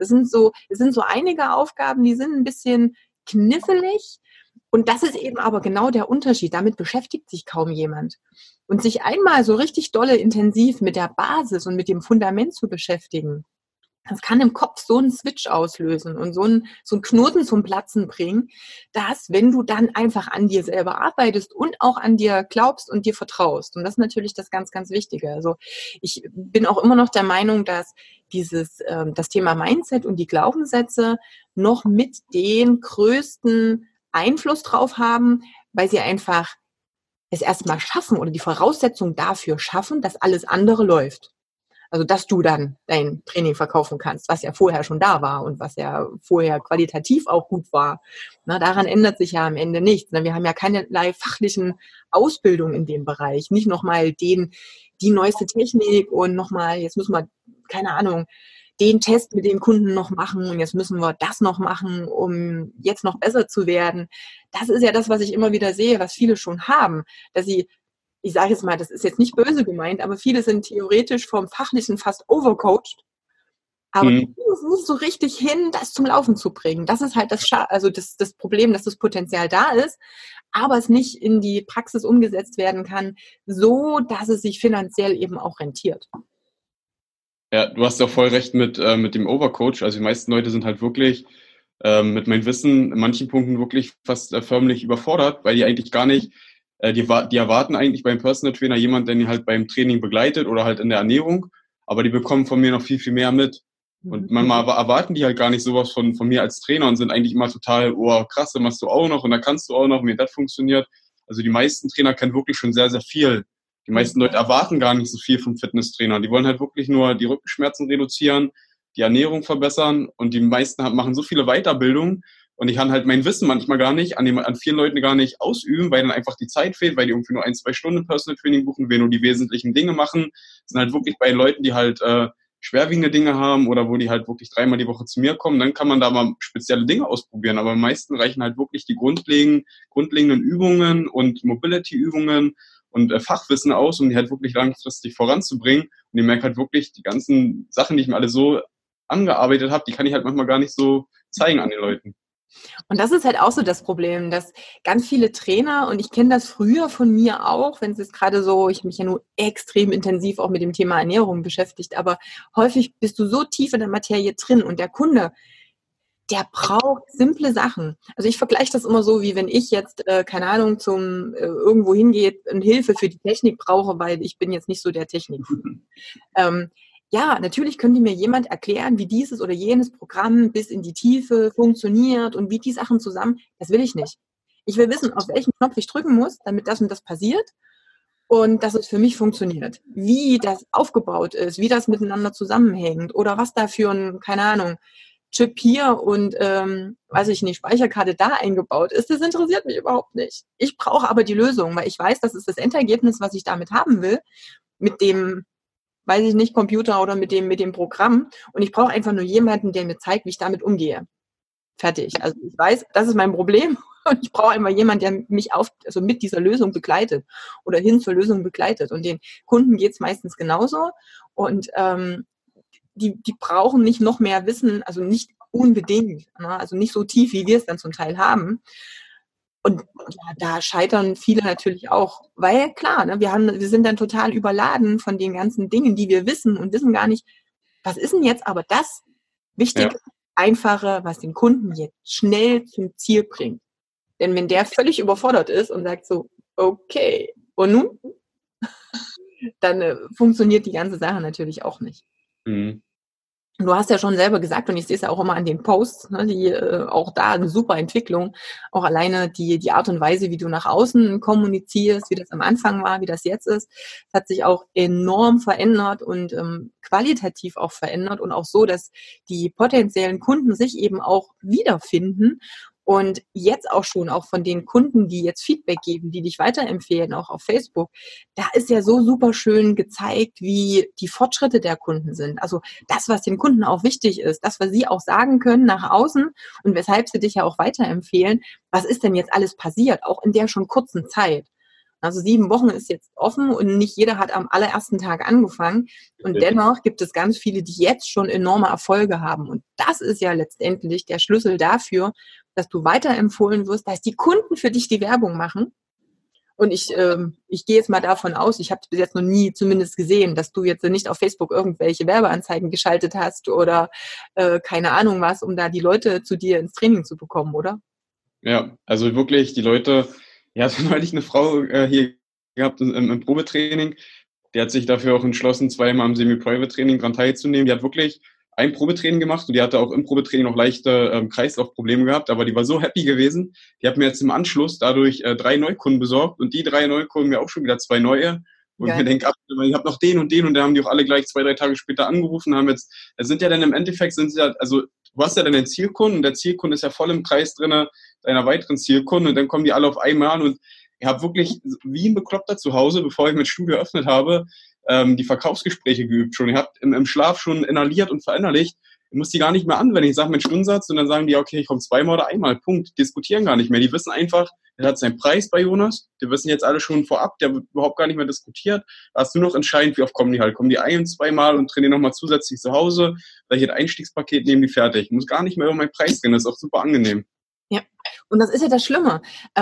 Speaker 1: Es sind so einige Aufgaben, die sind ein bisschen knifflig und das ist eben aber genau der Unterschied. Damit beschäftigt sich kaum jemand. Und sich einmal so richtig dolle intensiv mit der Basis und mit dem Fundament zu beschäftigen, das kann im Kopf so einen Switch auslösen und so einen Knoten zum Platzen bringen, dass, wenn du dann einfach an dir selber arbeitest und auch an dir glaubst und dir vertraust. Und das ist natürlich das ganz, ganz Wichtige. Also ich bin auch immer noch der Meinung, dass das Thema Mindset und die Glaubenssätze noch mit den größten Einfluss drauf haben, weil sie einfach es erstmal schaffen oder die Voraussetzung dafür schaffen, dass alles andere läuft. Also, dass du dann dein Training verkaufen kannst, was ja vorher schon da war und was ja vorher qualitativ auch gut war. Na, daran ändert sich ja am Ende nichts. Wir haben ja keinerlei fachlichen Ausbildung in dem Bereich. Nicht nochmal die neueste Technik und nochmal, jetzt müssen wir, keine Ahnung, den Test mit dem Kunden noch machen und jetzt müssen wir das noch machen, um jetzt noch besser zu werden. Das ist ja das, was ich immer wieder sehe, was viele schon haben, dass sie, ich sage jetzt mal, das ist jetzt nicht böse gemeint, aber viele sind theoretisch vom Fachlichen fast overcoached, aber es muss so richtig hin, das zum Laufen zu bringen. Das ist halt das Problem, dass das Potenzial da ist, aber es nicht in die Praxis umgesetzt werden kann, so dass es sich finanziell eben auch rentiert.
Speaker 2: Ja, du hast ja voll recht mit dem Overcoach. Also die meisten Leute sind halt wirklich mit meinem Wissen in manchen Punkten wirklich fast förmlich überfordert, weil die eigentlich gar nicht, die erwarten eigentlich beim Personal Trainer jemanden, der die halt beim Training begleitet oder halt in der Ernährung, aber die bekommen von mir noch viel, viel mehr mit. Und manchmal erwarten die halt gar nicht sowas von mir als Trainer und sind eigentlich immer total, oh krass, das machst du auch noch und da kannst du auch noch, wie das funktioniert. Also die meisten Trainer kennen wirklich schon sehr, sehr viel. Die meisten Leute erwarten gar nicht so viel vom Fitnesstrainer. Die wollen halt wirklich nur die Rückenschmerzen reduzieren, die Ernährung verbessern und die meisten machen so viele Weiterbildungen und ich kann halt mein Wissen manchmal gar nicht an vielen Leuten gar nicht ausüben, weil dann einfach die Zeit fehlt, weil die irgendwie nur 1, 2 Stunden Personal Training buchen, wir nur die wesentlichen Dinge machen. Das sind halt wirklich bei Leuten, die halt schwerwiegende Dinge haben oder wo die halt wirklich 3-mal die Woche zu mir kommen, dann kann man da mal spezielle Dinge ausprobieren. Aber am meisten reichen halt wirklich die grundlegenden Übungen und Mobility-Übungen und Fachwissen aus, um die halt wirklich langfristig voranzubringen. Und ich merke halt wirklich, die ganzen Sachen, die ich mir alle so angearbeitet habe, die kann ich halt manchmal gar nicht so zeigen an den Leuten.
Speaker 1: Und das ist halt auch so das Problem, dass ganz viele Trainer, und ich kenne das früher von mir auch, wenn es jetzt gerade so, ich habe mich ja nur extrem intensiv auch mit dem Thema Ernährung beschäftigt, aber häufig bist du so tief in der Materie drin und der Kunde, der braucht simple Sachen. Also ich vergleiche das immer so, wie wenn ich jetzt, keine Ahnung, irgendwo hingehe und Hilfe für die Technik brauche, weil ich bin jetzt nicht so der Technik. Ja, natürlich könnte mir jemand erklären, wie dieses oder jenes Programm bis in die Tiefe funktioniert und wie die Sachen zusammen. Das will ich nicht. Ich will wissen, auf welchen Knopf ich drücken muss, damit das und das passiert und dass es für mich funktioniert. Wie das aufgebaut ist, wie das miteinander zusammenhängt oder was da für ein, keine Ahnung, Chip hier und, weiß ich nicht, Speicherkarte da eingebaut ist, das interessiert mich überhaupt nicht. Ich brauche aber die Lösung, weil ich weiß, das ist das Endergebnis, was ich damit haben will, mit dem, weiß ich nicht, Computer oder mit dem Programm. Und ich brauche einfach nur jemanden, der mir zeigt, wie ich damit umgehe. Fertig. Also ich weiß, das ist mein Problem. Und ich brauche einfach jemanden, der mich also mit dieser Lösung begleitet oder hin zur Lösung begleitet. Und den Kunden geht es meistens genauso. Und die brauchen nicht noch mehr Wissen, also nicht unbedingt, ne? Also nicht so tief, wie wir es dann zum Teil haben. Und ja, da scheitern viele natürlich auch, weil klar, ne, wir sind dann total überladen von den ganzen Dingen, die wir wissen und wissen gar nicht, was ist denn jetzt aber das Wichtige, Einfache, was den Kunden jetzt schnell zum Ziel bringt. Denn wenn der völlig überfordert ist und sagt so, okay, und nun? Dann funktioniert die ganze Sache natürlich auch nicht.
Speaker 2: Mhm.
Speaker 1: Du hast ja schon selber gesagt, und ich sehe es ja auch immer an den Posts, ne, die auch da eine super Entwicklung, auch alleine die Art und Weise, wie du nach außen kommunizierst, wie das am Anfang war, wie das jetzt ist, hat sich auch enorm verändert und qualitativ auch verändert und auch so, dass die potenziellen Kunden sich eben auch wiederfinden. Und jetzt auch schon, auch von den Kunden, die jetzt Feedback geben, die dich weiterempfehlen, auch auf Facebook, da ist ja so super schön gezeigt, wie die Fortschritte der Kunden sind. Also das, was den Kunden auch wichtig ist, das, was sie auch sagen können nach außen und weshalb sie dich ja auch weiterempfehlen, was ist denn jetzt alles passiert, auch in der schon kurzen Zeit. Also 7 Wochen ist jetzt offen und nicht jeder hat am allerersten Tag angefangen. Und dennoch gibt es ganz viele, die jetzt schon enorme Erfolge haben. Und das ist ja letztendlich der Schlüssel dafür, dass du weiterempfohlen wirst, dass die Kunden für dich die Werbung machen. Und ich gehe jetzt mal davon aus, ich habe es bis jetzt noch nie zumindest gesehen, dass du jetzt nicht auf Facebook irgendwelche Werbeanzeigen geschaltet hast oder keine Ahnung was, um da die Leute zu dir ins Training zu bekommen, oder?
Speaker 2: Ja, also wirklich, die Leute, ja, so neulich eine Frau hier gehabt im Probetraining, die hat sich dafür auch entschlossen, zweimal im Semi-Private-Training dran teilzunehmen. Die hat wirklich ein Probetraining gemacht und die hatte auch im Probetraining noch leichte Kreislaufprobleme gehabt, aber die war so happy gewesen. Die hat mir jetzt im Anschluss dadurch 3 Neukunden besorgt und die 3 Neukunden mir auch schon wieder 2 neue. Und mir denke, ich habe noch den und da haben die auch alle gleich 2, 3 Tage später angerufen, haben jetzt, es sind ja dann im Endeffekt, sind sie ja, also du hast ja dann den Zielkunden und der Zielkunde ist ja voll im Kreis drinne deiner weiteren Zielkunden und dann kommen die alle auf einmal und ich habe wirklich wie ein Bekloppter zu Hause, bevor ich mein Studio eröffnet habe, die Verkaufsgespräche geübt schon. Ich habe im Schlaf schon inhaliert und verinnerlicht. Ich muss die gar nicht mehr anwenden. Ich sage meinen Stundensatz und dann sagen die, okay, ich komme 2-mal oder einmal. Punkt. Diskutieren gar nicht mehr. Die wissen einfach, der hat seinen Preis bei Jonas. Die wissen jetzt alle schon vorab, der wird überhaupt gar nicht mehr diskutiert. Da hast du noch entscheidend, wie oft kommen die halt. Kommen die 1-, 2-mal und trainieren nochmal zusätzlich zu Hause. Welches Einstiegspaket nehmen die fertig. Ich muss gar nicht mehr über meinen Preis gehen. Das ist auch super angenehm.
Speaker 1: Ja, und das ist ja das Schlimme.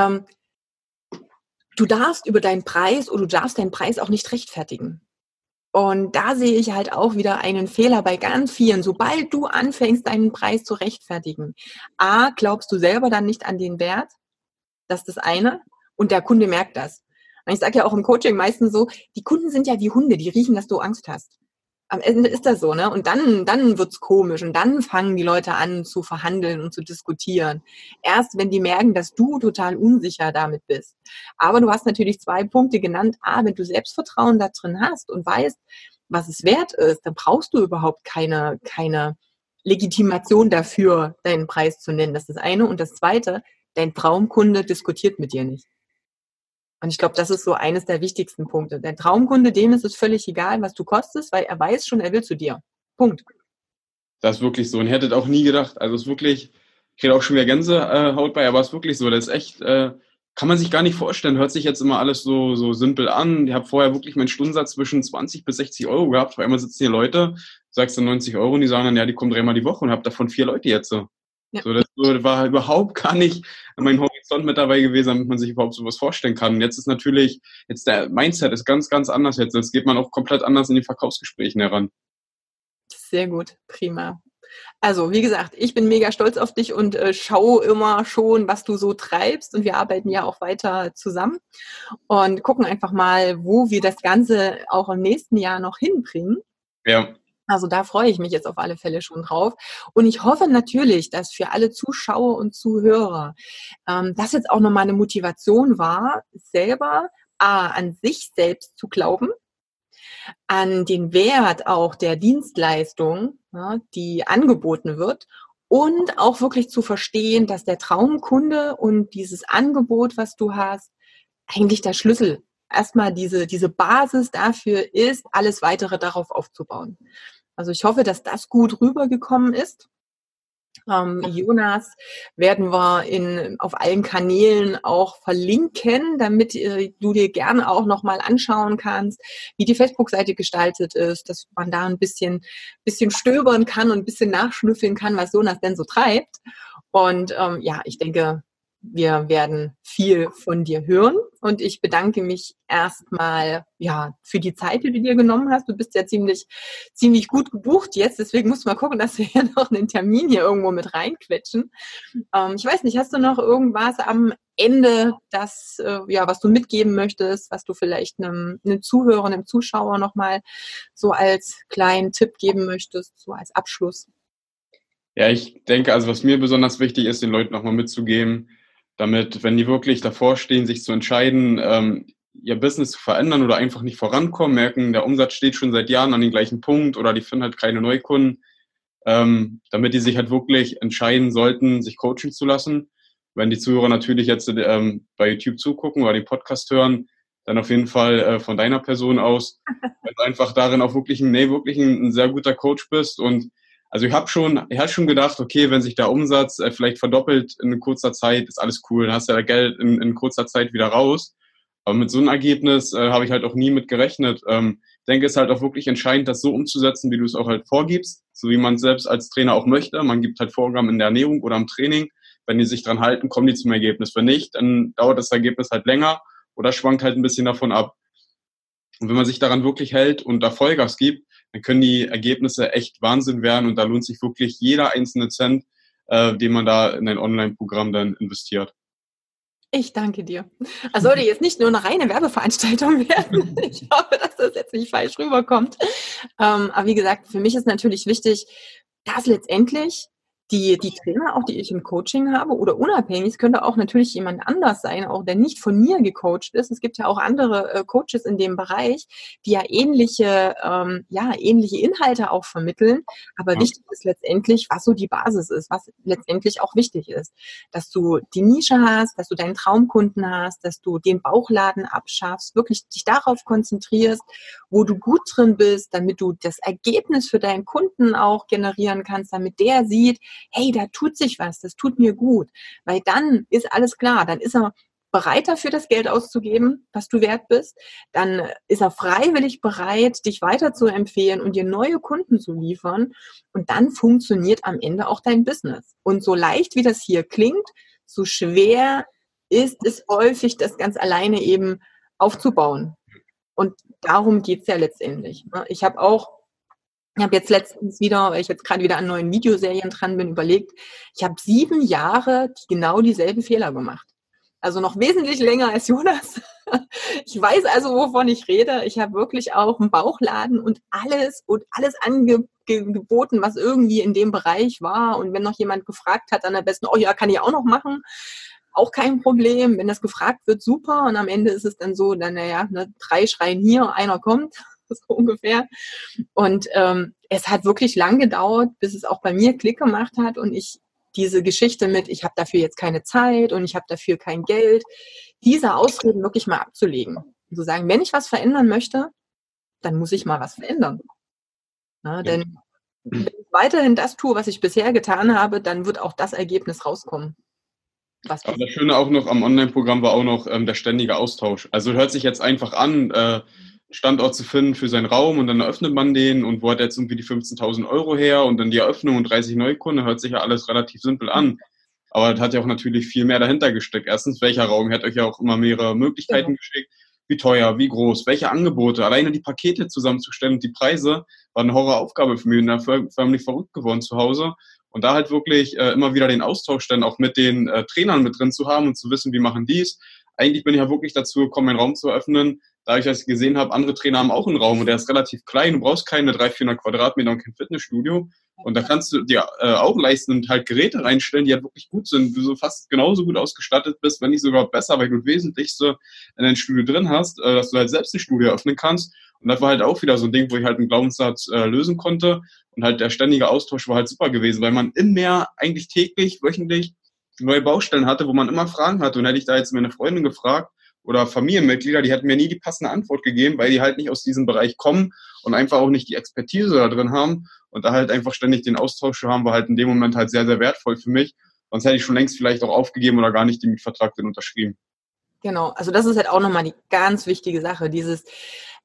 Speaker 1: Du darfst über deinen Preis oder du darfst deinen Preis auch nicht rechtfertigen. Und da sehe ich halt auch wieder einen Fehler bei ganz vielen. Sobald du anfängst, deinen Preis zu rechtfertigen, A, glaubst du selber dann nicht an den Wert, das ist das eine, und der Kunde merkt das. Und ich sage ja auch im Coaching meistens so, die Kunden sind ja wie Hunde, die riechen, dass du Angst hast. Am Ende ist das so, ne? Und dann wird's komisch und dann fangen die Leute an zu verhandeln und zu diskutieren. Erst wenn die merken, dass du total unsicher damit bist. Aber du hast natürlich 2 Punkte genannt. A, wenn du Selbstvertrauen da drin hast und weißt, was es wert ist, dann brauchst du überhaupt keine Legitimation dafür, deinen Preis zu nennen. Das ist das eine. Und das zweite, dein Traumkunde diskutiert mit dir nicht. Und ich glaube, das ist so eines der wichtigsten Punkte. Der Traumkunde, dem ist es völlig egal, was du kostest, weil er weiß schon, er will zu dir. Punkt.
Speaker 2: Das ist wirklich so. Und ihr hättet auch nie gedacht, also es ist wirklich, ich kriege auch schon wieder Gänsehaut bei, aber es ist wirklich so. Das ist echt, kann man sich gar nicht vorstellen. Hört sich jetzt immer alles so simpel an. Ich habe vorher wirklich meinen Stundensatz zwischen 20 bis 60 Euro gehabt. Auf einmal sitzen hier Leute, sagst du 90 Euro und die sagen dann, ja, die kommen 3-mal die Woche und habe davon 4 Leute jetzt so. Ja. So, das war überhaupt gar nicht mein Horizont mit dabei gewesen, damit man sich überhaupt sowas vorstellen kann. Und jetzt ist natürlich, jetzt der Mindset ist ganz, ganz anders jetzt. Jetzt geht man auch komplett anders in den Verkaufsgesprächen heran.
Speaker 1: Sehr gut, prima. Also, wie gesagt, ich bin mega stolz auf dich und schaue immer schon, was du so treibst. Und wir arbeiten ja auch weiter zusammen und gucken einfach mal, wo wir das Ganze auch im nächsten Jahr noch hinbringen.
Speaker 2: Ja.
Speaker 1: Also da freue ich mich jetzt auf alle Fälle schon drauf. Und ich hoffe natürlich, dass für alle Zuschauer und Zuhörer das jetzt auch nochmal eine Motivation war, selber an sich selbst zu glauben, an den Wert auch der Dienstleistung, ja, die angeboten wird und auch wirklich zu verstehen, dass der Traumkunde und dieses Angebot, was du hast, eigentlich der Schlüssel, erstmal diese Basis dafür ist, alles weitere darauf aufzubauen. Also ich hoffe, dass das gut rübergekommen ist. Jonas werden wir auf allen Kanälen auch verlinken, damit du dir gerne auch nochmal anschauen kannst, wie die Facebook-Seite gestaltet ist, dass man da ein bisschen stöbern kann und ein bisschen nachschnüffeln kann, was Jonas denn so treibt. Und ja, ich denke, wir werden viel von dir hören und ich bedanke mich erstmal für die Zeit, die du dir genommen hast. Du bist ja ziemlich gut gebucht jetzt, deswegen musst du mal gucken, dass wir ja noch einen Termin hier irgendwo mit reinquetschen. Ich weiß nicht, hast du noch irgendwas am Ende, was du mitgeben möchtest, was du vielleicht einem Zuhörer, einem Zuschauer nochmal so als kleinen Tipp geben möchtest, so als Abschluss?
Speaker 2: Ja, ich denke, also was mir besonders wichtig ist, den Leuten nochmal mitzugeben, damit, wenn die wirklich davor stehen, sich zu entscheiden, ihr Business zu verändern oder einfach nicht vorankommen, merken, der Umsatz steht schon seit Jahren an den gleichen Punkt oder die finden halt keine Neukunden, damit die sich halt wirklich entscheiden sollten, sich coachen zu lassen. Wenn die Zuhörer natürlich jetzt bei YouTube zugucken oder den Podcast hören, dann auf jeden Fall von deiner Person aus, weil du einfach darin auch wirklich ein sehr guter Coach bist. Und also ich hatte schon gedacht, okay, wenn sich der Umsatz vielleicht verdoppelt in kurzer Zeit, ist alles cool, dann hast du ja Geld in kurzer Zeit wieder raus. Aber mit so einem Ergebnis habe ich halt auch nie mit gerechnet. Ich denke, es ist halt auch wirklich entscheidend, das so umzusetzen, wie du es auch halt vorgibst, so wie man es selbst als Trainer auch möchte. Man gibt halt Vorgaben in der Ernährung oder im Training. Wenn die sich dran halten, kommen die zum Ergebnis. Wenn nicht, dann dauert das Ergebnis halt länger oder schwankt halt ein bisschen davon ab. Und wenn man sich daran wirklich hält und da Vollgas gibt, dann können die Ergebnisse echt Wahnsinn werden und da lohnt sich wirklich jeder einzelne Cent, den man da in ein Online-Programm dann investiert.
Speaker 1: Ich danke dir. Das sollte jetzt nicht nur eine reine Werbeveranstaltung werden. Ich hoffe, dass das jetzt nicht falsch rüberkommt. Aber wie gesagt, für mich ist natürlich wichtig, dass letztendlich die Trainer, auch die ich im Coaching habe oder unabhängig, es könnte auch natürlich jemand anders sein, auch der nicht von mir gecoacht ist. Es gibt ja auch andere Coaches in dem Bereich, die ja ähnliche Inhalte auch vermitteln. Aber wichtig ist letztendlich, was so die Basis ist, was letztendlich auch wichtig ist. Dass du die Nische hast, dass du deinen Traumkunden hast, dass du den Bauchladen abschaffst, wirklich dich darauf konzentrierst, wo du gut drin bist, damit du das Ergebnis für deinen Kunden auch generieren kannst, damit der sieht, hey, da tut sich was, das tut mir gut. Weil dann ist alles klar, dann ist er bereit dafür, das Geld auszugeben, was du wert bist. Dann ist er freiwillig bereit, dich weiter zu empfehlen und dir neue Kunden zu liefern. Und dann funktioniert am Ende auch dein Business. Und so leicht, wie das hier klingt, so schwer ist es häufig, das ganz alleine eben aufzubauen. Und darum geht's ja letztendlich. Ich habe jetzt letztens wieder, weil ich jetzt gerade wieder an neuen Videoserien dran bin, überlegt, ich habe 7 Jahre genau dieselben Fehler gemacht. Also noch wesentlich länger als Jonas. Ich weiß also, wovon ich rede. Ich habe wirklich auch einen Bauchladen und alles angeboten, was irgendwie in dem Bereich war. Und wenn noch jemand gefragt hat, dann am besten, oh ja, kann ich auch noch machen. Auch kein Problem. Wenn das gefragt wird, super. Und am Ende ist es dann so, 3 schreien hier, einer kommt. So ungefähr. Und es hat wirklich lang gedauert, bis es auch bei mir Klick gemacht hat und ich diese Geschichte mit, ich habe dafür jetzt keine Zeit und ich habe dafür kein Geld, diese Ausreden wirklich mal abzulegen. Und zu sagen, wenn ich was verändern möchte, dann muss ich mal was verändern. Denn wenn ich weiterhin das tue, was ich bisher getan habe, dann wird auch das Ergebnis rauskommen.
Speaker 2: Aber das Schöne auch noch am Online-Programm war auch noch der ständige Austausch. Also hört sich jetzt einfach an, Standort zu finden für seinen Raum und dann eröffnet man den und wo hat jetzt irgendwie die 15.000 Euro her und dann die Eröffnung und 30 Neukunden, hört sich ja alles relativ simpel an. Aber das hat ja auch natürlich viel mehr dahinter gesteckt. Erstens, welcher Raum? Er hat euch ja auch immer mehrere Möglichkeiten geschickt. Wie teuer, wie groß, welche Angebote. Alleine die Pakete zusammenzustellen und die Preise war eine Horroraufgabe für mich und da förmlich verrückt geworden zu Hause. Und da halt wirklich immer wieder den Austausch dann auch mit den Trainern mit drin zu haben und zu wissen, wie machen die's. Eigentlich bin ich ja wirklich dazu gekommen, meinen Raum zu öffnen, da ich das gesehen habe, andere Trainer haben auch einen Raum und der ist relativ klein, du brauchst keine 300-400 Quadratmeter und kein Fitnessstudio. Und da kannst du dir auch leisten und halt Geräte reinstellen, die halt wirklich gut sind, du so fast genauso gut ausgestattet bist, wenn nicht sogar besser, weil du das Wesentlichste in deinem Studio drin hast, dass du halt selbst ein Studio öffnen kannst. Und das war halt auch wieder so ein Ding, wo ich halt einen Glaubenssatz lösen konnte. Und halt der ständige Austausch war halt super gewesen, weil man immer eigentlich täglich, wöchentlich neue Baustellen hatte, wo man immer Fragen hatte. Und hätte ich da jetzt meine Freundin gefragt oder Familienmitglieder, die hätten mir nie die passende Antwort gegeben, weil die halt nicht aus diesem Bereich kommen und einfach auch nicht die Expertise da drin haben. Und da halt einfach ständig den Austausch zu haben, war halt in dem Moment halt sehr, sehr wertvoll für mich. Sonst hätte ich schon längst vielleicht auch aufgegeben oder gar nicht den Mietvertrag dann unterschrieben.
Speaker 1: Genau, also das ist halt auch nochmal die ganz wichtige Sache, dieses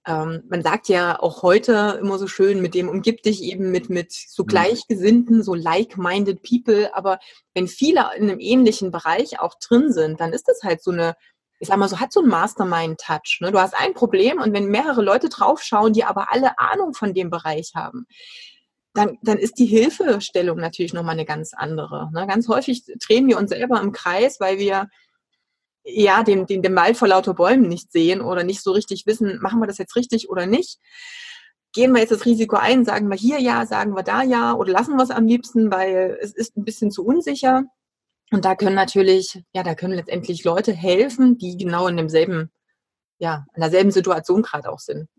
Speaker 1: Man sagt ja auch heute immer so schön, mit dem umgib dich eben mit so Gleichgesinnten, so like-minded people. Aber wenn viele in einem ähnlichen Bereich auch drin sind, dann ist das halt so eine, ich sag mal so, hat so einen Mastermind-Touch. Ne? Du hast ein Problem und wenn mehrere Leute draufschauen, die aber alle Ahnung von dem Bereich haben, dann ist die Hilfestellung natürlich nochmal eine ganz andere. Ne? Ganz häufig drehen wir uns selber im Kreis, weil wir ja, den Wald vor lauter Bäumen nicht sehen oder nicht so richtig wissen, machen wir das jetzt richtig oder nicht. Gehen wir jetzt das Risiko ein, sagen wir hier ja, sagen wir da ja oder lassen wir es am liebsten, weil es ist ein bisschen zu unsicher. Und da können letztendlich Leute helfen, die genau in demselben, ja, in derselben Situation gerade auch sind.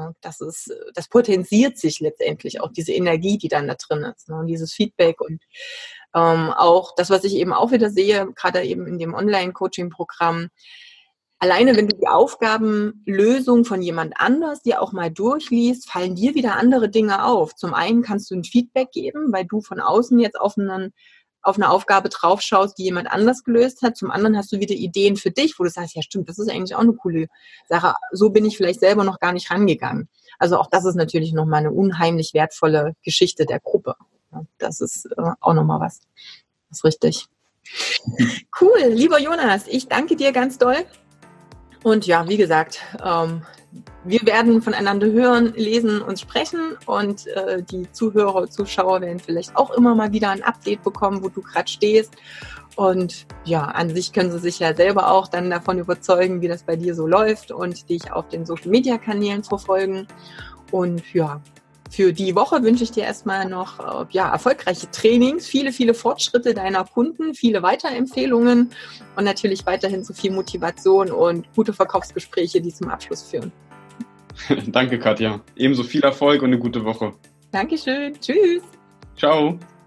Speaker 1: Das potenziert sich letztendlich auch, diese Energie, die dann da drin ist, und dieses Feedback und auch das, was ich eben auch wieder sehe, gerade eben in dem Online-Coaching-Programm, alleine wenn du die Aufgabenlösung von jemand anders dir auch mal durchliest, fallen dir wieder andere Dinge auf. Zum einen kannst du ein Feedback geben, weil du von außen jetzt auf eine Aufgabe draufschaust, die jemand anders gelöst hat. Zum anderen hast du wieder Ideen für dich, wo du sagst, ja stimmt, das ist eigentlich auch eine coole Sache. So bin ich vielleicht selber noch gar nicht rangegangen. Also auch das ist natürlich nochmal eine unheimlich wertvolle Geschichte der Gruppe. Das ist auch nochmal was. Das ist richtig. Cool, lieber Jonas, ich danke dir ganz doll. Und ja, wie gesagt, wir werden voneinander hören, lesen und sprechen und die Zuhörer und Zuschauer werden vielleicht auch immer mal wieder ein Update bekommen, wo du gerade stehst. Und ja, an sich können sie sich ja selber auch dann davon überzeugen, wie das bei dir so läuft und dich auf den Social-Media-Kanälen verfolgen. Und ja, für die Woche wünsche ich dir erstmal noch erfolgreiche Trainings, viele, viele Fortschritte deiner Kunden, viele Weiterempfehlungen und natürlich weiterhin so viel Motivation und gute Verkaufsgespräche, die zum Abschluss führen.
Speaker 2: Danke, Katja. Ebenso viel Erfolg und eine gute Woche.
Speaker 1: Dankeschön. Tschüss.
Speaker 2: Ciao.